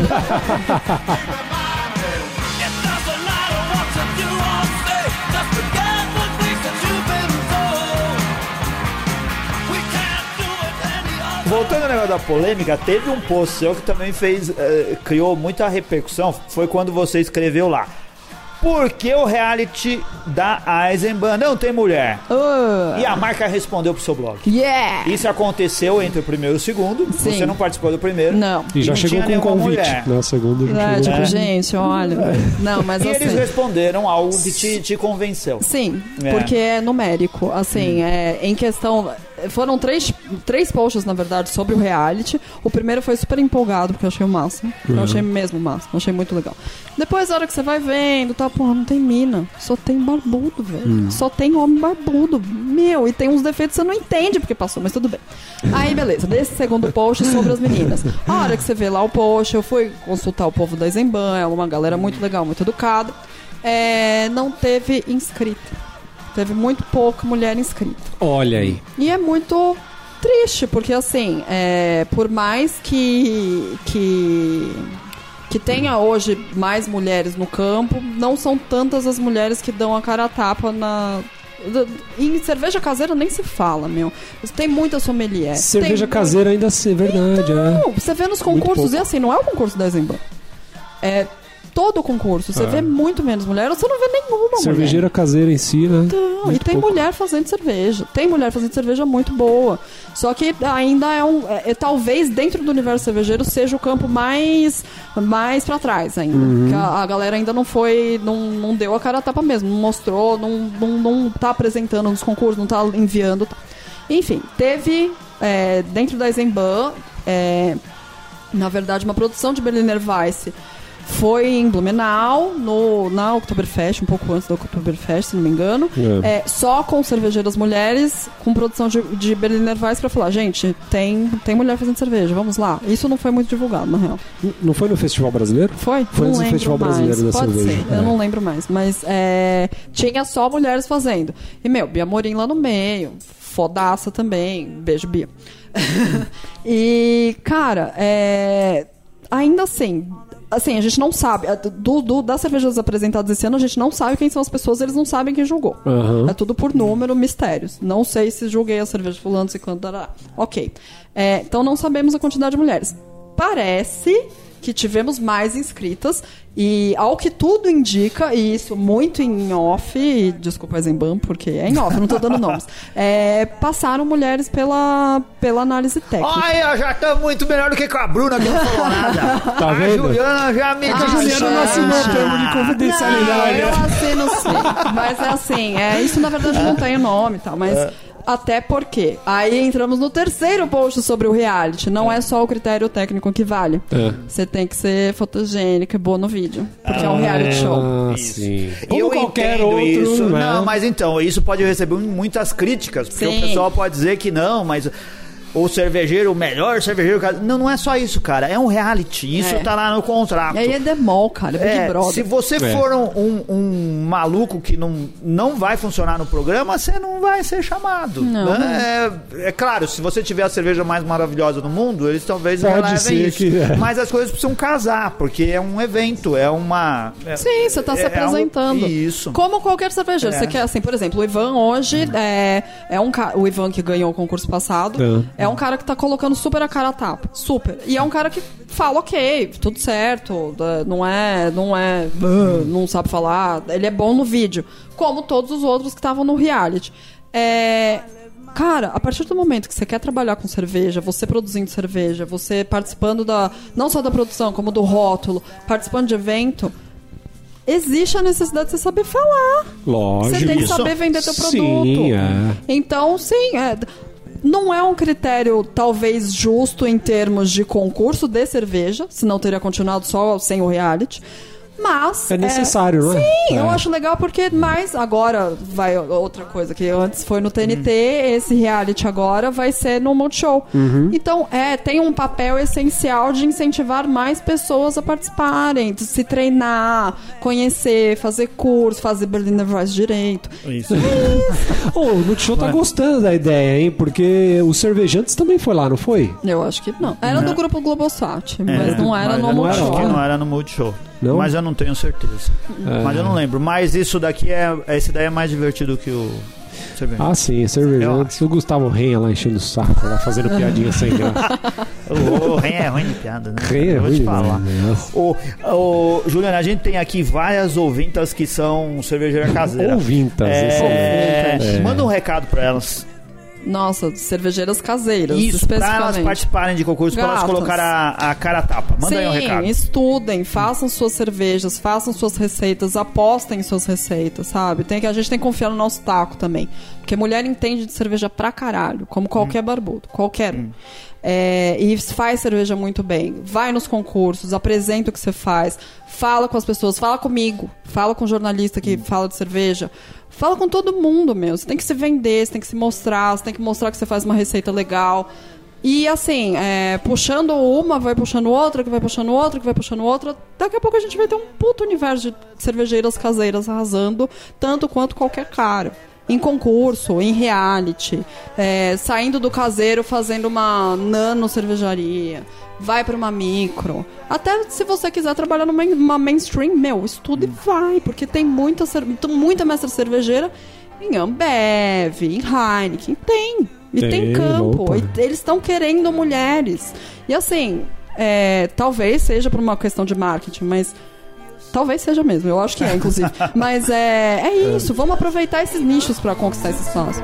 voltando ao negócio da polêmica, teve um post seu que também fez, eh, criou muita repercussão, foi quando você escreveu lá: por que o reality da Eisenbahn não tem mulher? Uh, E a marca respondeu pro seu blog. yeah! Isso aconteceu entre o primeiro e o segundo. Sim. Você não participou do primeiro. Não. E já não chegou tinha com um nenhuma convite. mulher. Na segunda já É, chegou. tipo, É. gente, olha. Não, mas E assim. eles responderam algo que te, te convenceu. Sim, É. porque é numérico. Assim, é, em questão. Foram três, três posts, na verdade, sobre o reality. O primeiro foi super empolgado, porque eu achei o máximo. Eu achei mesmo o máximo, eu achei muito legal. Depois, a hora que você vai vendo, tá, porra, não tem mina. Só tem barbudo, velho. Só tem homem barbudo. Meu, e tem uns defeitos que você não entende porque passou, mas tudo bem. Aí, beleza. Desse segundo post sobre as meninas. A hora que você vê lá o post, eu fui consultar o povo da Eisenbahn, é uma galera muito legal, muito educada. É, não teve inscrita. Teve muito pouca mulher inscrita. Olha aí. E é muito triste, porque assim, é, por mais que, que, que tenha hoje mais mulheres no campo, não são tantas as mulheres que dão a cara a tapa na... Em cerveja caseira nem se fala, meu. Tem muita sommelier. Cerveja tem caseira ainda é verdade, Não, é. você vê nos Muito concursos, pouco. e assim, não é o concurso da Eisenbahn. É todo o concurso. Você É. vê muito menos mulher, ou você não vê nenhuma mulher. Cervejeira caseira em si, né? Então, Muito e tem pouco. mulher fazendo cerveja. Tem mulher fazendo cerveja muito boa. Só que ainda é um... É, é, talvez dentro do universo cervejeiro seja o campo mais, mais pra trás ainda. Uhum. Que a, a galera ainda não foi... Não, não deu a cara a tapa mesmo. Não mostrou, não, não, não tá apresentando nos concursos, não tá enviando. Tá. Enfim, teve é, dentro da Eisenbahn, é, na verdade, uma produção de Berliner Weisse. Foi em Blumenau, no, na Oktoberfest, um pouco antes da Oktoberfest, se não me engano. É. É, só com cervejeiras mulheres, com produção de, de Berliner Weisse pra falar, gente, tem, tem mulher fazendo cerveja, vamos lá. Isso não foi muito divulgado, na real. N- Não foi no Festival Brasileiro? Foi? Foi não antes do lembro Festival mais. Brasileiro da Pode Cerveja. ser, eu É. não lembro mais. Mas é, tinha só mulheres fazendo. E, meu, Bia Morim lá no meio, fodaça também. Beijo, Bia. E, cara, é, ainda assim... Assim, a gente não sabe. Do, do, das cervejas apresentadas esse ano, a gente não sabe quem são as pessoas, eles não sabem quem julgou. Aham. É tudo por número, mistérios. Não sei se julguei a cerveja fulano, ciclano, dará. Ok. É, então não sabemos a quantidade de mulheres. Parece que tivemos mais inscritas e, ao que tudo indica, e isso muito em off, e, desculpa Eisenbahn, porque é em off, não tô dando nomes, é, passaram mulheres pela, pela análise técnica. Olha, já tá muito melhor do que com a Bruna, que não falou nada. Tá a vendo? Juliana já me Ah, disse. Juliana não assinou o termo de confidencialidade. Não, eu assino sim. Mas é assim, é, isso na verdade não tem nome e tal, mas... Até porque aí entramos no terceiro post sobre o reality. Não é só o critério técnico que vale. É. Você tem que ser fotogênica e boa no vídeo. Porque é um reality show. Ah, Isso. sim. E Como eu qualquer entendo outro, isso. né? Não, mas então, isso pode receber muitas críticas, porque Sim. o pessoal pode dizer que não, mas o cervejeiro, o melhor cervejeiro... Não, não é só isso, cara. É um reality. Isso É. tá lá no contrato. E aí é demol, cara. É Big É, Brother. se você É. for um, um, um maluco que não, não vai funcionar no programa, você não vai ser chamado. Não. né? É, é claro, se você tiver a cerveja mais maravilhosa do mundo, eles talvez Pode relevem ser isso. que- é. Mas as coisas precisam casar, porque é um evento, é uma... é- Sim, você tá se é- é apresentando. um- Isso. Como qualquer cervejeiro. É. Você quer, assim, por exemplo, o Ivan hoje é, é um cara. O Ivan que ganhou o concurso passado é. um cara que tá colocando super a cara a tapa. Super. E é um cara que fala, ok, tudo certo. da- Não é. Não é. Não sabe falar. Ele é bom no vídeo. Como todos os outros que estavam no reality. É. Cara, a partir do momento que você quer trabalhar com cerveja, você produzindo cerveja, você participando da. Não só da produção, como do rótulo, participando de evento. Existe a necessidade de você saber falar. Lógico. Você tem que Isso. saber vender teu produto. Sim, é. Então, sim, é, não é um critério talvez justo em termos de concurso de cerveja, senão teria continuado só sem o reality. Mas É necessário, não é? Sim, É. eu acho legal porque mais agora vai outra coisa que antes foi no T N T, esse reality agora vai ser no Multishow. Uhum. Então, é, tem um papel essencial de incentivar mais pessoas a participarem, de se treinar, conhecer, fazer curso, fazer Berliner Weisse direito. Isso. Ô, o Multishow tá gostando da ideia, hein? Porque o Cervejantes também foi lá, não foi? Eu acho que não. Era do grupo Globosat, mas É, não era mas no eu não era acho Multishow. que lá. não era no Multishow. Não? Mas eu não tenho certeza. É. Mas eu não lembro. Mas isso daqui é. Esse daí é mais divertido que o. cerveja. Ah, sim, cerveja. Eu Antes o Gustavo Renha lá enchendo o saco, lá fazendo piadinha sem graça. O Ren é ruim de piada, né? Ren é Eu vou ruim te falar. demais, Ô, ô, Juliana, a gente tem aqui várias ouvintas que são cervejeira caseira. Ouvintas, É, esse é. Manda um recado pra elas. Nossa, cervejeiras caseiras, Isso, pra elas especificamente. participarem de concurso, pra elas Gatas. colocar a, a cara a tapa. Manda Sim, aí um recado. estudem, façam suas cervejas, façam suas receitas, apostem em suas receitas, sabe? Tem que, a gente tem que confiar no nosso taco também. Porque mulher entende de cerveja pra caralho, como qualquer Hum. barbudo, qualquer um. É, e faz cerveja muito bem. Vai nos concursos, apresenta o que você faz, fala com as pessoas, fala comigo, fala com o jornalista que fala de cerveja. Fala com todo mundo, meu. Você tem que se vender, você tem que se mostrar, você tem que mostrar que você faz uma receita legal. E assim, é, puxando uma, vai puxando outra, que vai puxando outra, que vai puxando outra. Daqui a pouco a gente vai ter um puto universo de cervejeiras caseiras arrasando, tanto quanto qualquer cara. Em concurso, em reality, é, saindo do caseiro, fazendo uma nano cervejaria, vai pra uma micro. Até se você quiser trabalhar numa uma mainstream, meu, estuda e vai, porque tem muita, cer- muita mestra cervejeira em Ambev, em Heineken, tem. E tem, Tem, campo. opa. E eles estão querendo mulheres. E assim, é, talvez seja por uma questão de marketing, mas talvez seja mesmo, eu acho que é, inclusive. Mas é, é isso, vamos aproveitar esses nichos pra conquistar esse espaço.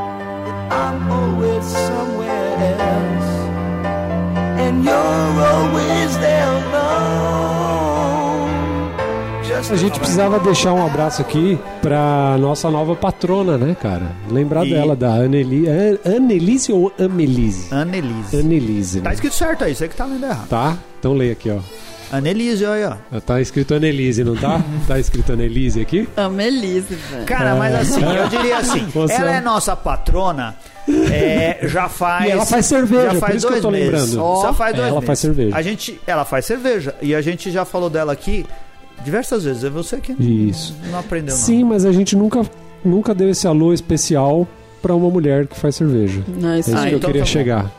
I'm always somewhere else, and you're always there alone. Just A gente precisava deixar um abraço aqui pra nossa nova patrona, né, cara? Lembrar E- dela, da Anneli... An- Annelise ou Amelise? Annelise. Annelise, Tá né? escrito certo aí, você que tá lendo errado. Tá? Então leia aqui, ó. Annelise, olha aí, ó. Tá escrito Annelise, não tá? Tá escrito Annelise aqui? Amelise, velho. Cara, mas assim, eu diria assim, Você- ela é nossa patrona, é, já faz... E ela faz cerveja, já por faz isso que eu dois tô meses. lembrando. Ó, Só faz dois ela meses. faz cerveja. A gente, ela faz cerveja, e a gente já falou dela aqui diversas vezes, é você que não, Isso. não aprendeu, não. Sim, mas a gente nunca, nunca deu esse alô especial pra uma mulher que faz cerveja. Não, É isso isso Ah, que eu então queria tá bom. chegar.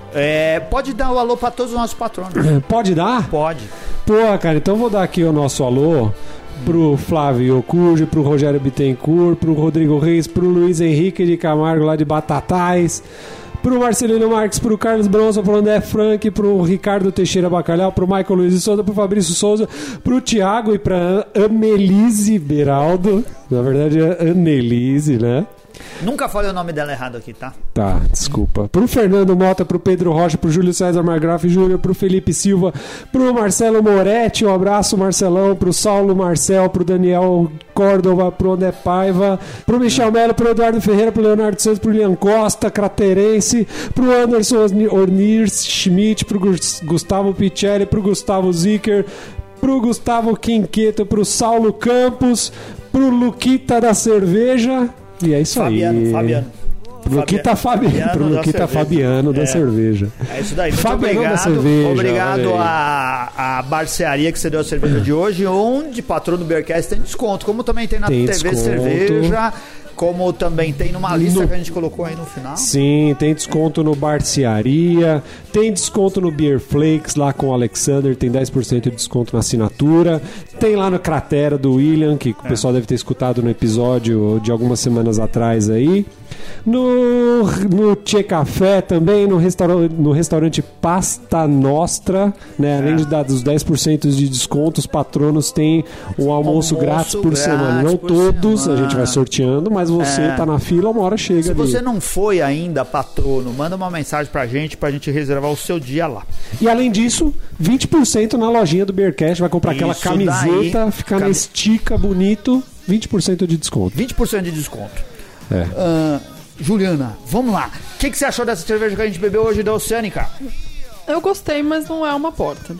É, pode dar o alô pra todos os nossos patronos. Pode dar? Pode. Pô, cara, então eu vou dar aqui o nosso alô pro Flávio Yokuji, pro Rogério Bittencourt, pro Rodrigo Reis, pro Luiz Henrique de Camargo lá de Batatais, pro Marcelino Marques, pro Carlos Bronson, pro André Frank, pro Ricardo Teixeira Bacalhau, pro Michael Luiz de Souza, pro Fabrício Souza, pro Thiago e pra Amelise Beraldo. Na verdade é Annelise, né? Nunca falei o nome dela errado aqui, tá? Tá, desculpa. Pro Fernando Mota, pro Pedro Rocha, pro Júlio César Margraf Júnior, pro Felipe Silva, pro Marcelo Moretti, um abraço Marcelão, pro Saulo Marcel, pro Daniel Córdova, pro André Paiva, pro Michel Melo, pro Eduardo Ferreira, pro Leonardo Santos, pro Lian Costa, craterense, pro Anderson Ornir Schmidt, pro Gus- Gustavo Picelli, pro Gustavo Zicker, pro Gustavo Quinqueto, pro Saulo Campos, pro Luquita da Cerveja. E é isso Fabiano, aí. Fabiano. Luquita Fabiano, Fabiano pro da Luquita cerveja. Fabiano da É. cerveja. É isso daí, muito Fabiano da obrigado. cerveja, Obrigado olha aí. à, à barcearia que você deu a cerveja de hoje, onde patrono do Beercast tem desconto, como também tem na Tem T V desconto. Cerveja, como também tem numa lista No- que a gente colocou aí no final. Sim, tem desconto no Barcearia, tem desconto no Beer Flakes lá com o Alexander, tem dez por cento de desconto na assinatura. Tem lá no Cratera do William, que o pessoal deve ter escutado no episódio de algumas semanas atrás aí. No, no Tchê Café também, no, restaura, no restaurante Pasta Nostra, né? Além de dar os dez por cento de desconto, os patronos têm um almoço, Almoço grátis por grátis semana. Não por todos, semana. a gente vai sorteando, mas você É. tá na fila, uma hora chega Se ali. você não foi ainda patrono, manda uma mensagem pra gente, pra gente reservar o seu dia lá. E além disso, vinte por cento na lojinha do Beercast, vai comprar aquela Isso camiseta, daí. ficar na Cam- estica bonito, vinte por cento de desconto. vinte por cento de desconto. É. Ah, Juliana, vamos lá. O que, que você achou dessa cerveja que a gente bebeu hoje da Oceânica? Eu gostei, mas não é uma porta.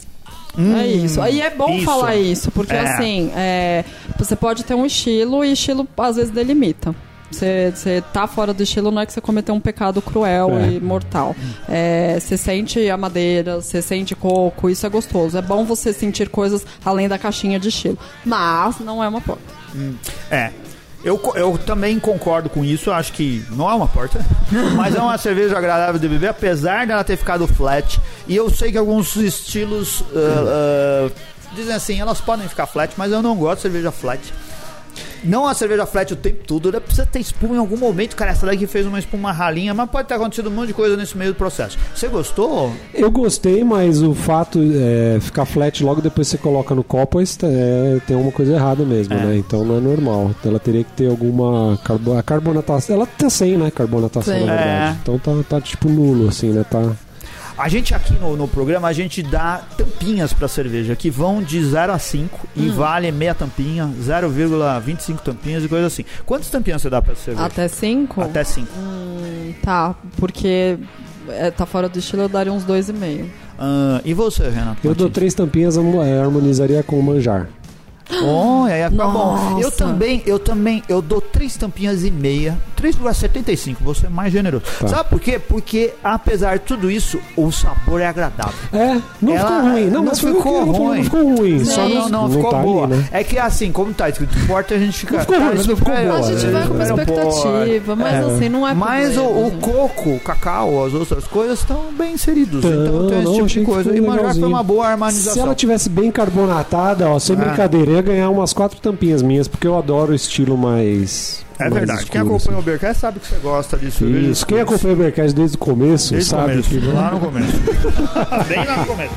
é isso. Aí é bom isso. falar isso, porque É. assim, é, você pode ter um estilo e estilo às vezes delimita. Você, você tá fora do estilo, não é que você cometeu um pecado cruel É. e mortal. É, você sente a madeira, você sente coco, isso é gostoso. É bom você sentir coisas além da caixinha de estilo. Mas não é uma porta. É. Eu, co- eu também concordo com isso, eu acho que não é uma porta, mas é uma cerveja agradável de beber, apesar dela ter ficado flat. E eu sei que alguns estilos ah, ah, dizem assim, elas podem ficar flat, mas eu não gosto de cerveja flat. Não a cerveja flat o tempo todo, né? Precisa ter espuma em algum momento. Cara, essa daqui fez uma espuma ralinha, mas pode ter acontecido um monte de coisa nesse meio do processo. Você gostou? Eu gostei, mas o fato é ficar flat logo depois que você coloca no copo é, tem alguma coisa errada mesmo, É. né? Então não é normal. Ela teria que ter alguma carbo... a carbonatação. Ela tá sem, né? Carbonatação, Sim. na verdade. É. Então tá, tá tipo nulo, assim, né? Tá... A gente aqui no, no programa, a gente dá tampinhas pra cerveja, que vão de zero a cinco e vale meia tampinha, zero vírgula vinte e cinco tampinhas e coisa assim. Quantas tampinhas você dá pra cerveja? Até cinco? Até cinco. Hum, tá, porque é, tá fora do estilo, eu daria uns dois e meio. Ah, e você, Renato? Eu dou Martins? três tampinhas, é, harmonizaria com o manjar. Oh, aí ia ficar bom. Nossa. Eu também, eu também, eu dou três tampinhas e meia, três vírgula setenta e cinco, você é mais generoso. Tá. Sabe por quê? Porque, apesar de tudo isso, o sabor é agradável. É, não Ela- ficou ruim. Não, não mas foi ficou o que eu falei, ruim. Não ficou ruim. Sim. Só Não, não, não, ficou tá boa. ali, né? É que assim, como tá escrito forte, a gente fica... Não ficou ruim, tá, mas isso não ficou é- boa. A gente vai com uma é, expectativa, mas É. assim, não é Mas o, problema, o gente. coco, o cacau, as outras coisas estão bem inseridos. Então, então tem esse não, tipo achei de que coisa. foi E manjar foi legalzinho. uma boa Se harmonização. ela tivesse bem carbonatada, ó, sem Ah. brincadeira, ia ganhar umas quatro tampinhas minhas, porque eu adoro o estilo mais. É mais verdade. Quem escuro, acompanha o Beercast sabe que você gosta disso. assim. Isso. Quem acompanha o Beercast desde o começo Desde o sabe começo, que. lá no começo. Bem lá no começo.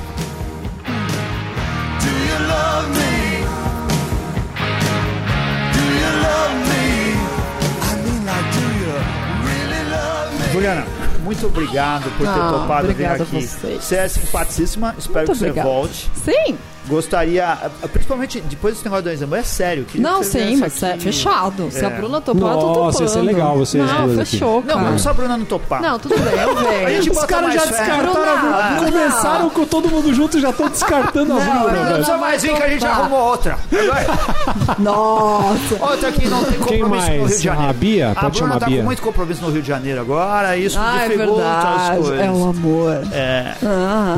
Do you love me? Do you love me? I mean, like, do you really love me? Juliana, muito obrigado por ter Ah, topado vir obrigada a aqui. vocês. Você é simpaticíssima, espero Muito que você obrigada. volte. Sim, Gostaria, principalmente depois desse negócio do exame, é sério. queria não, que você sim, viesse mas é aqui. fechado. Se É. a Bruna topar, eu tô topando. Nossa, ia ser legal vocês Não, duas aqui. fechou, Não, cara. não só a Bruna não topar. Não, tudo bem, eu venho. A gente Os bota caras mais já fé. descartaram. Bruna, a Bruna. Começaram com todo mundo junto e já estão descartando a Não, Bruna, não, velho. não, só mais vir que a gente topar. arrumou outra. Agora, Nossa. outra que não tem Quem compromisso no Rio mais? de Janeiro. A Bia? A Pode Bruna chamar tá a Bia. com muito compromisso no Rio de Janeiro agora, isso Ah, é dificulta as verdade. coisas. É o amor. É. Ah.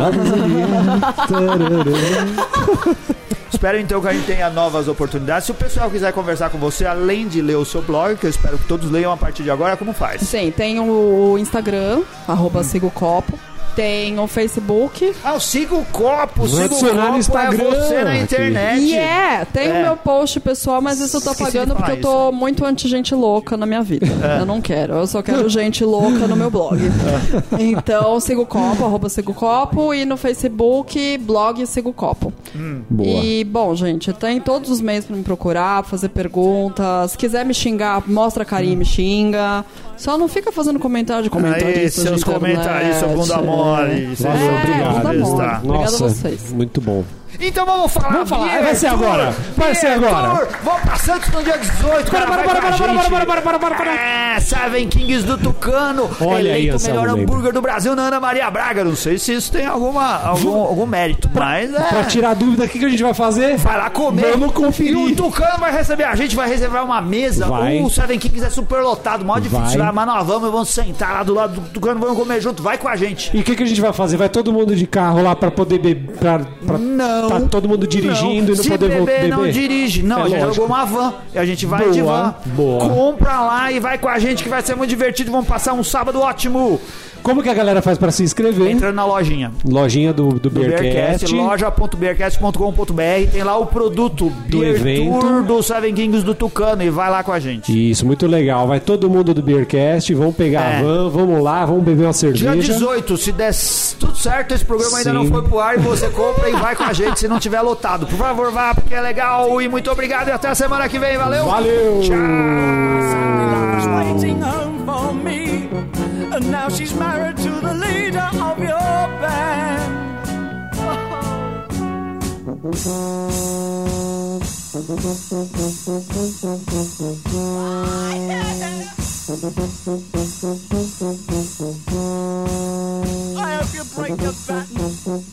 Espero então que a gente tenha novas oportunidades. Se o pessoal quiser conversar com você, além de ler o seu blog, que eu espero que todos leiam a partir de agora, como faz? Sim, tem o Instagram, arroba siga o copo. Tem o Facebook. Ah, eu sigo o copo, Vou sigo o adicionar copo, no Instagram é você na aqui. internet. E é, tem É. o meu post pessoal, mas isso eu tô Esqueci de apagando falar porque eu tô muito anti-gente louca na minha vida. É. Eu não quero, eu só quero gente louca no meu blog. Então, siga o copo, arroba siga o copo, e no Facebook, blog siga o copo. Boa. E, bom, gente, tem todos os meios pra me procurar, fazer perguntas. Se quiser me xingar, mostra a carinha e me xinga. Só não fica fazendo comentário de comentarista Aí, de seus internet. comentaristas, bunda mole. vocês Valeu, vão obrigado. bunda testar. mole. Obrigada Nossa, a vocês. muito bom. Então vamos falar. Vamos falar, Beer vai ser Tour, agora, vai ser Beer agora. Tour. Vamos pra Santos no dia dezoito. Bora, cara, bora, vai bora, com a bora, gente. bora, bora, bora, bora, bora. É, Seven Kings do Tucano. Olha aí, eleito o Anselmo melhor Lembra. hambúrguer do Brasil na Ana Maria Braga. Não sei se isso tem alguma, algum, algum mérito, mas é. Pra tirar a dúvida, o que que a gente vai fazer? Vai lá comer. Vamos conferir. E o Tucano vai receber a gente, vai reservar uma mesa. Vai. O Seven Kings é super lotado, mó difícil Vai. tirar, mas nós vamos e vamos sentar lá do lado do Tucano, vamos comer junto. Vai com a gente. E o que, que a gente vai fazer? Vai todo mundo de carro lá pra poder beber? Pra, pra Não. tá todo mundo dirigindo e não Se poder vo- beber, não beber? dirige. Não, É a gente lógico. jogou uma van e a gente vai Boa, de van. boa. Compra lá e vai com a gente que vai ser muito divertido. Vamos passar um sábado ótimo. Como que a galera faz pra se inscrever? Entrando na lojinha. Lojinha do, do, Do Beercast. Beercast, loja ponto beercast ponto com ponto br. Tem lá o produto Do Beer evento. Tour do Seven Kings do Tucano e vai lá com a gente. Isso, muito legal. Vai todo mundo do Beercast, vamos pegar É. a van, vamos lá, vamos beber uma Dia cerveja. dezoito, se der s- tudo certo, esse programa ainda Sim. não foi pro ar e você compra e vai com a gente se não tiver lotado. Por favor, vá, porque é legal. E muito obrigado e até a semana que vem. Valeu! Valeu! was waiting home for me, and now she's married to the leader of your band. I hope you break your back.